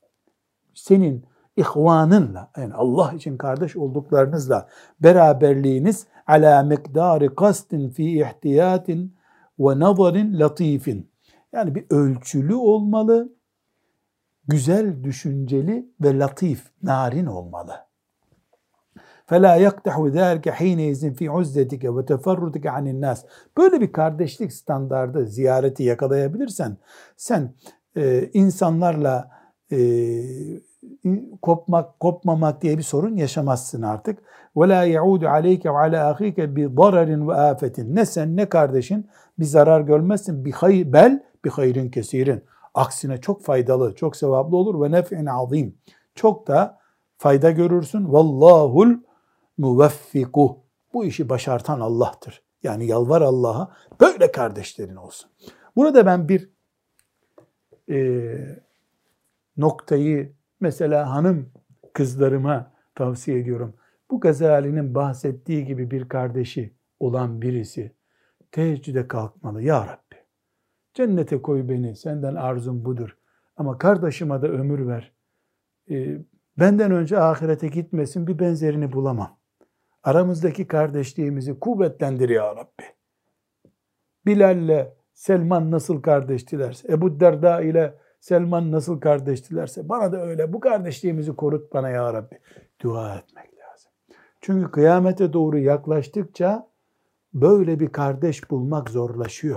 Senin ihvanınla, yani Allah için kardeş olduklarınızla beraberliğiniz ala miktarı kastin fi ihtiyatin ve nazarin latifin. Yani bir ölçülü olmalı, güzel düşünceli ve latif, narin olmalı. فَلَا يَقْتَحُ ذَٰلِكَ حِينَ اِذٍ فِي عُزَّتِكَ وَتَفَرُّتِكَ عَنِ النَّاسِ. Böyle bir kardeşlik standardı, ziyareti yakalayabilirsen, sen e, insanlarla e, kopmak, kopmamak diye bir sorun yaşamazsın artık. وَلَا يَعُودُ عَلَيْكَ وَعَلَى أَخِيكَ بِضَرَرٍ وَآفَةٍ. Ne sen ne kardeşin bir zarar görmezsin. بِخَيْ bel بِخَيْرٍ kesirin. Aksine çok faydalı, çok sevaplı olur. Ve nef'in azim. Çok da fayda görürsün. Vallahul muveffiku. Bu işi başartan Allah'tır. Yani yalvar Allah'a böyle kardeşlerin olsun. Burada ben bir e, noktayı mesela hanım kızlarıma tavsiye ediyorum. Bu Gazali'nin bahsettiği gibi bir kardeşi olan birisi teheccüde kalkmalı. Ya Rabbi, cennete koy beni, senden arzum budur. Ama kardeşime de ömür ver. E, benden önce ahirete gitmesin, bir benzerini bulamam. Aramızdaki kardeşliğimizi kuvvetlendir ya Rabbi. Bilal'le Selman nasıl kardeştilerse, Ebu Derda ile Selman nasıl kardeştilerse, bana da öyle bu kardeşliğimizi korut bana ya Rabbi. Dua etmek lazım. Çünkü kıyamete doğru yaklaştıkça böyle bir kardeş bulmak zorlaşıyor.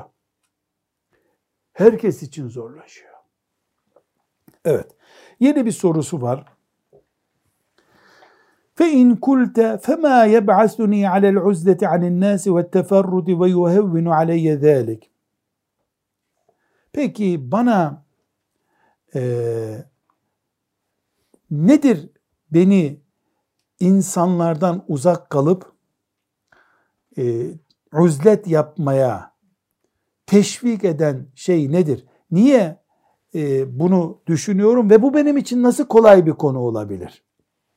Herkes için zorlaşıyor. Evet. Yeni bir sorusu var. فَاِنْ كُلْتَ فَمَا يَبْعَثُنِي عَلَى الْعُزْلَةِ عَنِ النَّاسِ وَالتَّفَرُّدِ وَيُهَوِّنُ عَلَيَّ ذَٰلِكِ. Peki bana e, nedir beni insanlardan uzak kalıp e, uzlet yapmaya teşvik eden şey nedir? Niye e, bunu düşünüyorum ve bu benim için nasıl kolay bir konu olabilir?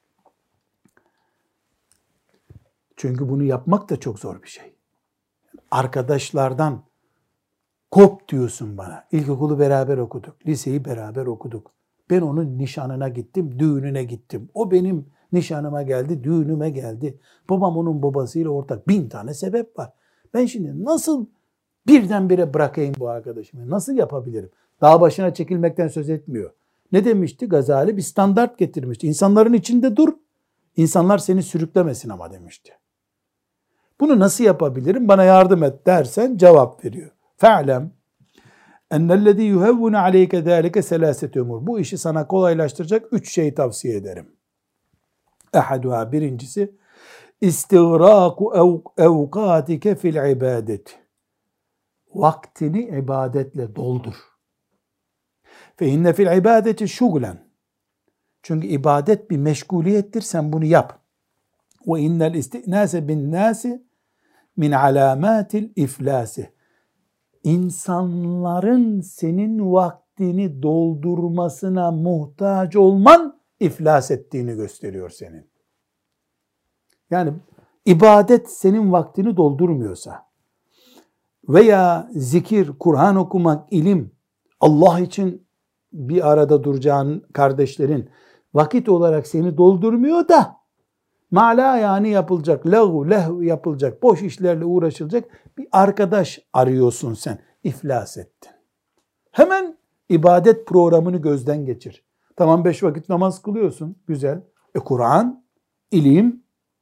Çünkü bunu yapmak da çok zor bir şey. Arkadaşlardan kop diyorsun bana. İlkokulu beraber okuduk, liseyi beraber okuduk. Ben onun nişanına gittim, düğününe gittim. O benim nişanıma geldi, düğünüme geldi. Babam onun babasıyla ortak. Bin tane sebep var. Ben şimdi nasıl birdenbire bırakayım bu arkadaşımı? Nasıl yapabilirim? Dağ başına çekilmekten söz etmiyor. Ne demişti Gazali? Bir standart getirmişti. İnsanların içinde dur, İnsanlar seni sürüklemesin ama demişti. Bunu nasıl yapabilirim? Bana yardım et dersen cevap veriyor. Fe'lem ennellezî yuhevvunu aleyke zâlike selâset umur. Bu işi sana kolaylaştıracak üç şey tavsiye ederim. Ehaduha, birincisi istiğrâku ev, evkâtike fil ibâdet. Vaktini ibadetle doldur. Fe inne fil ibâdeti şuglen. Çünkü ibadet bir meşguliyettir, sen bunu yap. Ve innel istinâse bin nâsi min alâmâtil iflâsi. İnsanların senin vaktini doldurmasına muhtaç olman iflas ettiğini gösteriyor senin. Yani ibadet senin vaktini doldurmuyorsa, veya zikir, Kur'an okumak, ilim, Allah için bir arada duracağın kardeşlerin vakit olarak seni doldurmuyor da mala yani yapılacak, lehu lehu yapılacak, boş işlerle uğraşılacak bir arkadaş arıyorsun sen. İflas ettin. Hemen ibadet programını gözden geçir. Tamam, beş vakit namaz kılıyorsun. Güzel. E Kur'an, ilim,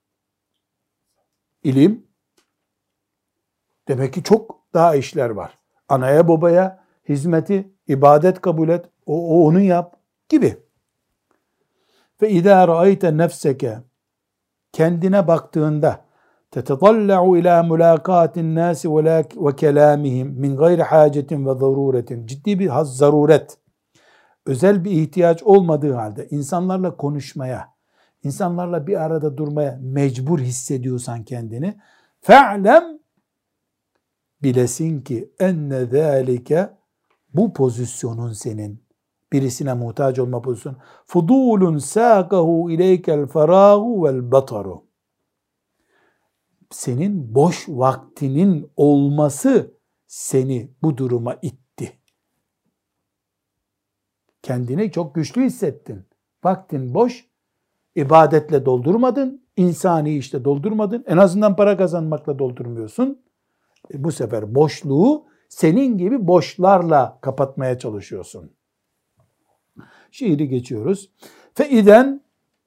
ilim. Demek ki çok daha işler var. Anaya babaya hizmeti, ibadet kabul et. O, o onu yap gibi. Fe izâ ra'ayte nefseke, kendine baktığında tetedalla'u ila mulaqatin nasi ve kelamihim min gayri hacetin ve zaruretin, ciddi bir haz zaruret, özel bir ihtiyaç olmadığı halde insanlarla konuşmaya, insanlarla bir arada durmaya mecbur hissediyorsan kendini, fe'lem, bilesin ki enne zâlike, bu pozisyonun senin, birisine muhtaç olma pozisyonu, fudulun sâkahu ileykel ferâhu vel bataru, senin boş vaktinin olması seni bu duruma itti. Kendini çok güçlü hissettin. Vaktin boş, ibadetle doldurmadın, insani işte doldurmadın, en azından para kazanmakla doldurmuyorsun. E bu sefer boşluğu senin gibi boşlarla kapatmaya çalışıyorsun. Şiiri geçiyoruz. Fe'iden,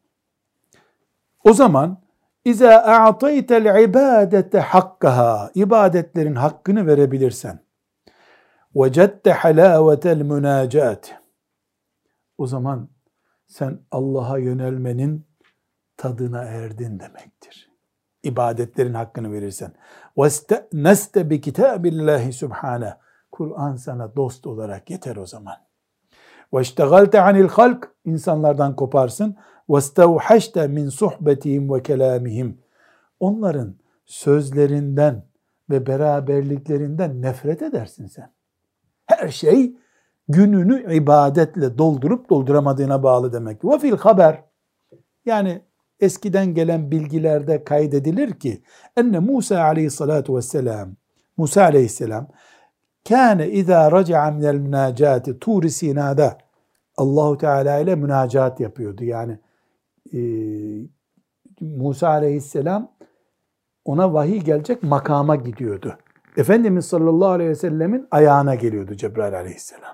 o zaman İza a'taytel ibadete hakkaha, ibadetlerin hakkını verebilirsen, vecedte halavetel münacat, o zaman sen Allah'a yönelmenin tadına erdin demektir. İbadetlerin hakkını verirsen. وَاسْتَأْنَسْتَ بِكِتَابِ subhane, Kur'an sana dost olarak yeter o zaman. وَاشْتَغَلْتَ عَنِ الْخَلْقِ, insanlardan koparsın. وَاسْتَوْحَشْتَ مِنْ صُحْبَتِهِمْ وَكَلَامِهِمْ, onların sözlerinden ve beraberliklerinden nefret edersin sen. Her şey gününü ibadetle doldurup dolduramadığına bağlı demek. وَفِي الْخَبَرِ, yani eskiden gelen bilgilerde kaydedilir ki enne Musa aleyhissalatu vesselam, Musa aleyhisselam kâne izâ raca'a minel münâcâti, Tur-i Sina'da Allahu Teala ile münacat yapıyordu. Yani e, Musa aleyhisselam ona vahiy gelecek makama gidiyordu. Efendimiz sallallahu aleyhi ve sellemin ayağına geliyordu Cebrail aleyhisselam.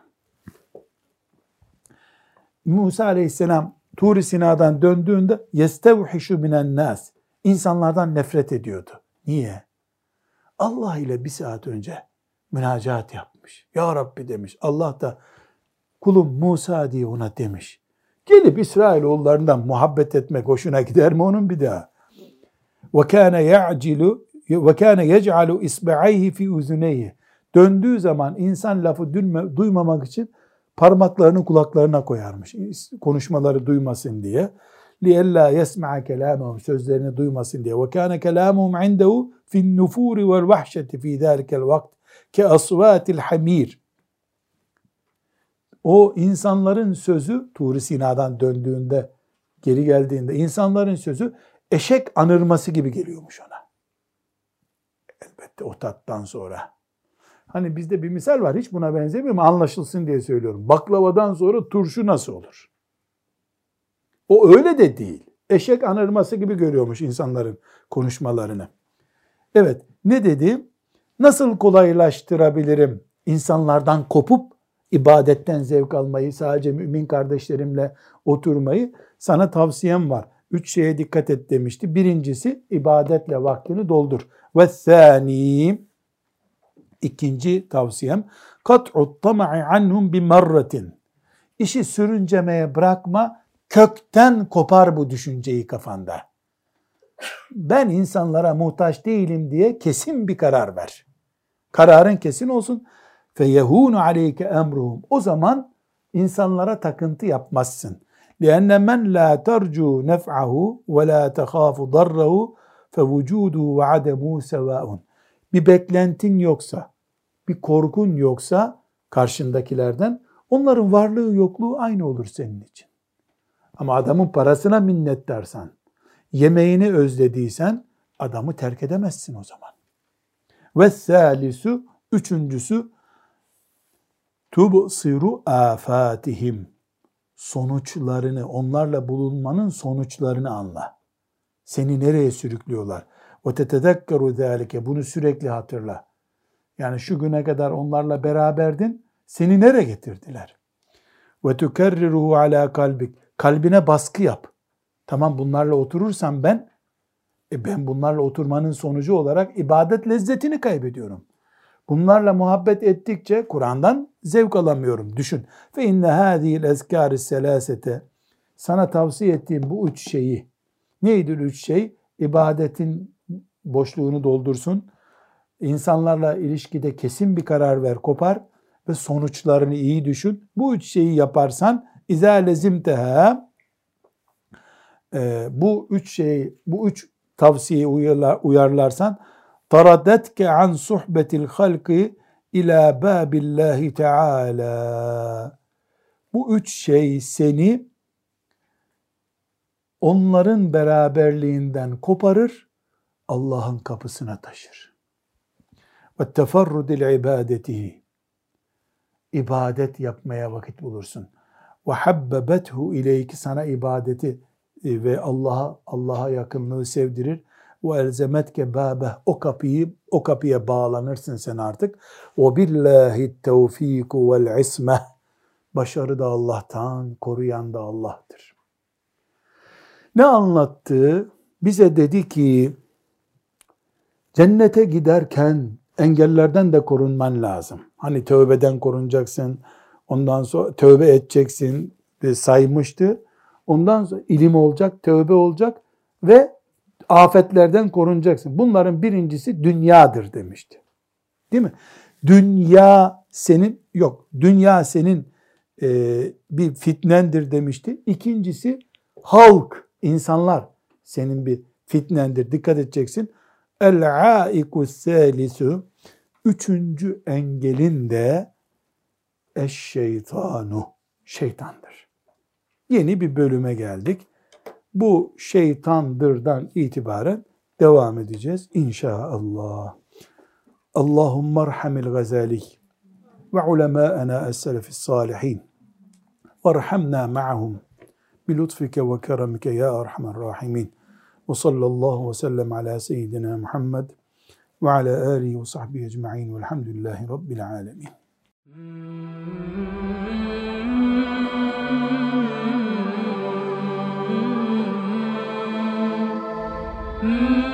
Musa aleyhisselam Tur-i Sina'dan döndüğünde yestevhişu minen nas, insanlardan nefret ediyordu. Niye? Allah ile bir saat önce münacat yapmış. Ya Rabbi demiş. Allah da kulum Musa diye ona demiş. Gelip İsrailoğullarından muhabbet etmek hoşuna gider mi onun bir daha? وَكَانَ يَعْجِلُ وَكَانَ يَجْعَلُ إِسْبَعَيْهِ فِي اُذُنَيْهِ, döndüğü zaman insan lafı duymamak için parmaklarını kulaklarına koyarmış. Konuşmaları duymasın diye. لِيَلَّا يَسْمَعَ كَلَامَهُمْ, sözlerini duymasın diye. وَكَانَ كَلَامُهُمْ عِنْدَهُ فِي النُّفُورِ وَالْوَحْشَةِ فِي ذَلِكَ الْوَقْتِ كَأَصْوَاتِ الْحَمِيرِ, o insanların sözü, Tur-i Sina'dan döndüğünde, geri geldiğinde insanların sözü eşek anırması gibi geliyormuş ona. Elbette o tattan sonra. Hani bizde bir misal var, hiç buna benzemiyor ama anlaşılsın diye söylüyorum. Baklavadan sonra turşu nasıl olur? O öyle de değil. Eşek anırması gibi görüyormuş insanların konuşmalarını. Evet, ne dedi? Nasıl kolaylaştırabilirim insanlardan kopup ibadetten zevk almayı, sadece mümin kardeşlerimle oturmayı? Sana tavsiyem var. Üç şeye dikkat et demişti. Birincisi, ibadetle vaktini doldur. Ve thani, ikinci tavsiyem, kat'u tama'i anhum bi marratin. İşi sürüncemeye bırakma, kökten kopar bu düşünceyi kafanda. Ben insanlara muhtaç değilim diye kesin bir karar ver. Kararın kesin olsun. فَيَهُونُ عَلَيْكَ اَمْرُهُمْ, o zaman insanlara takıntı yapmazsın. لِأَنَّ مَنْ لَا تَرْجُوا نَفْعَهُ وَلَا تَخَافُ ضَرَّهُ فَوُجُودُهُ وَعَدَمُهُ سَوَاءٌ. Bir beklentin yoksa, bir korkun yoksa karşındakilerden, onların varlığı yokluğu aynı olur senin için. Ama adamın parasına minnettarsan, yemeğini özlediysen adamı terk edemezsin o zaman. وَالثَّالِسُ, Üçüncüsü tubsiru afatihim. Sonuçlarını, onlarla bulunmanın sonuçlarını anla. Seni nereye sürüklüyorlar? Ve tetedekkeru zâlike. Bunu sürekli hatırla. Yani şu güne kadar onlarla beraberdin, seni nereye getirdiler? Ve tukerriruhu ala kalbik. Kalbine baskı yap. Tamam, bunlarla oturursam ben, e ben bunlarla oturmanın sonucu olarak ibadet lezzetini kaybediyorum. Bunlarla muhabbet ettikçe Kur'an'dan zevk alamıyorum. Düşün. Fe inne hâzihil ezkâris selâsete. Sana tavsiye ettiğim bu üç şeyi. Neydir üç şey? İbadetin boşluğunu doldursun. İnsanlarla ilişkide kesin bir karar ver, kopar ve sonuçlarını iyi düşün. Bu üç şeyi yaparsan izâ lezimteha, e, bu üç şeyi, bu üç tavsiyeyi uyarlar, uyarlarsan taradetke an suhbetil halki ila babillahi teala. Bu üç şey seni onların beraberliğinden koparır, Allah'ın kapısına taşır. Ve teferrudil ibadetihi. İbadet yapmaya vakit bulursun. Ve habbebethu ileyki, sana ibadeti ve Allah'a Allah'a yakınlığı sevdirir. Ve elzemetke bâbeh, o kapıyı o kapıya bağlanırsın sen artık. Ve billahi tevfiku vel ismeh. Başarı da Allah'tan, koruyan da Allah'tır. Ne anlattı? Bize dedi ki cennete giderken engellerden de korunman lazım. Hani tövbeden korunacaksın, ondan sonra tövbe edeceksin ve saymıştı. Ondan sonra ilim olacak, tövbe olacak ve afetlerden korunacaksın. Bunların birincisi dünyadır demişti. Değil mi? Dünya senin, yok, dünya senin e, bir fitnendir demişti. İkincisi halk, insanlar senin bir fitnendir. Dikkat edeceksin. El-aikus salisu, üçüncü engelin de eşşeytanu, şeytandır. Yeni bir bölüme geldik. Bu şeytandırdan itibaren devam edeceğiz inşallah. Allahümme erhamil gazali ve ulemâena es-selefis salihin varhamna ma'ahum bilutfike ve keremike ya erhamer rahimin. Ve sallallahu ve sellem ala seyyidina Muhammed ve ala alihi ve sahbihi ecma'in velhamdülillahi rabbil alemin. Mm-hmm.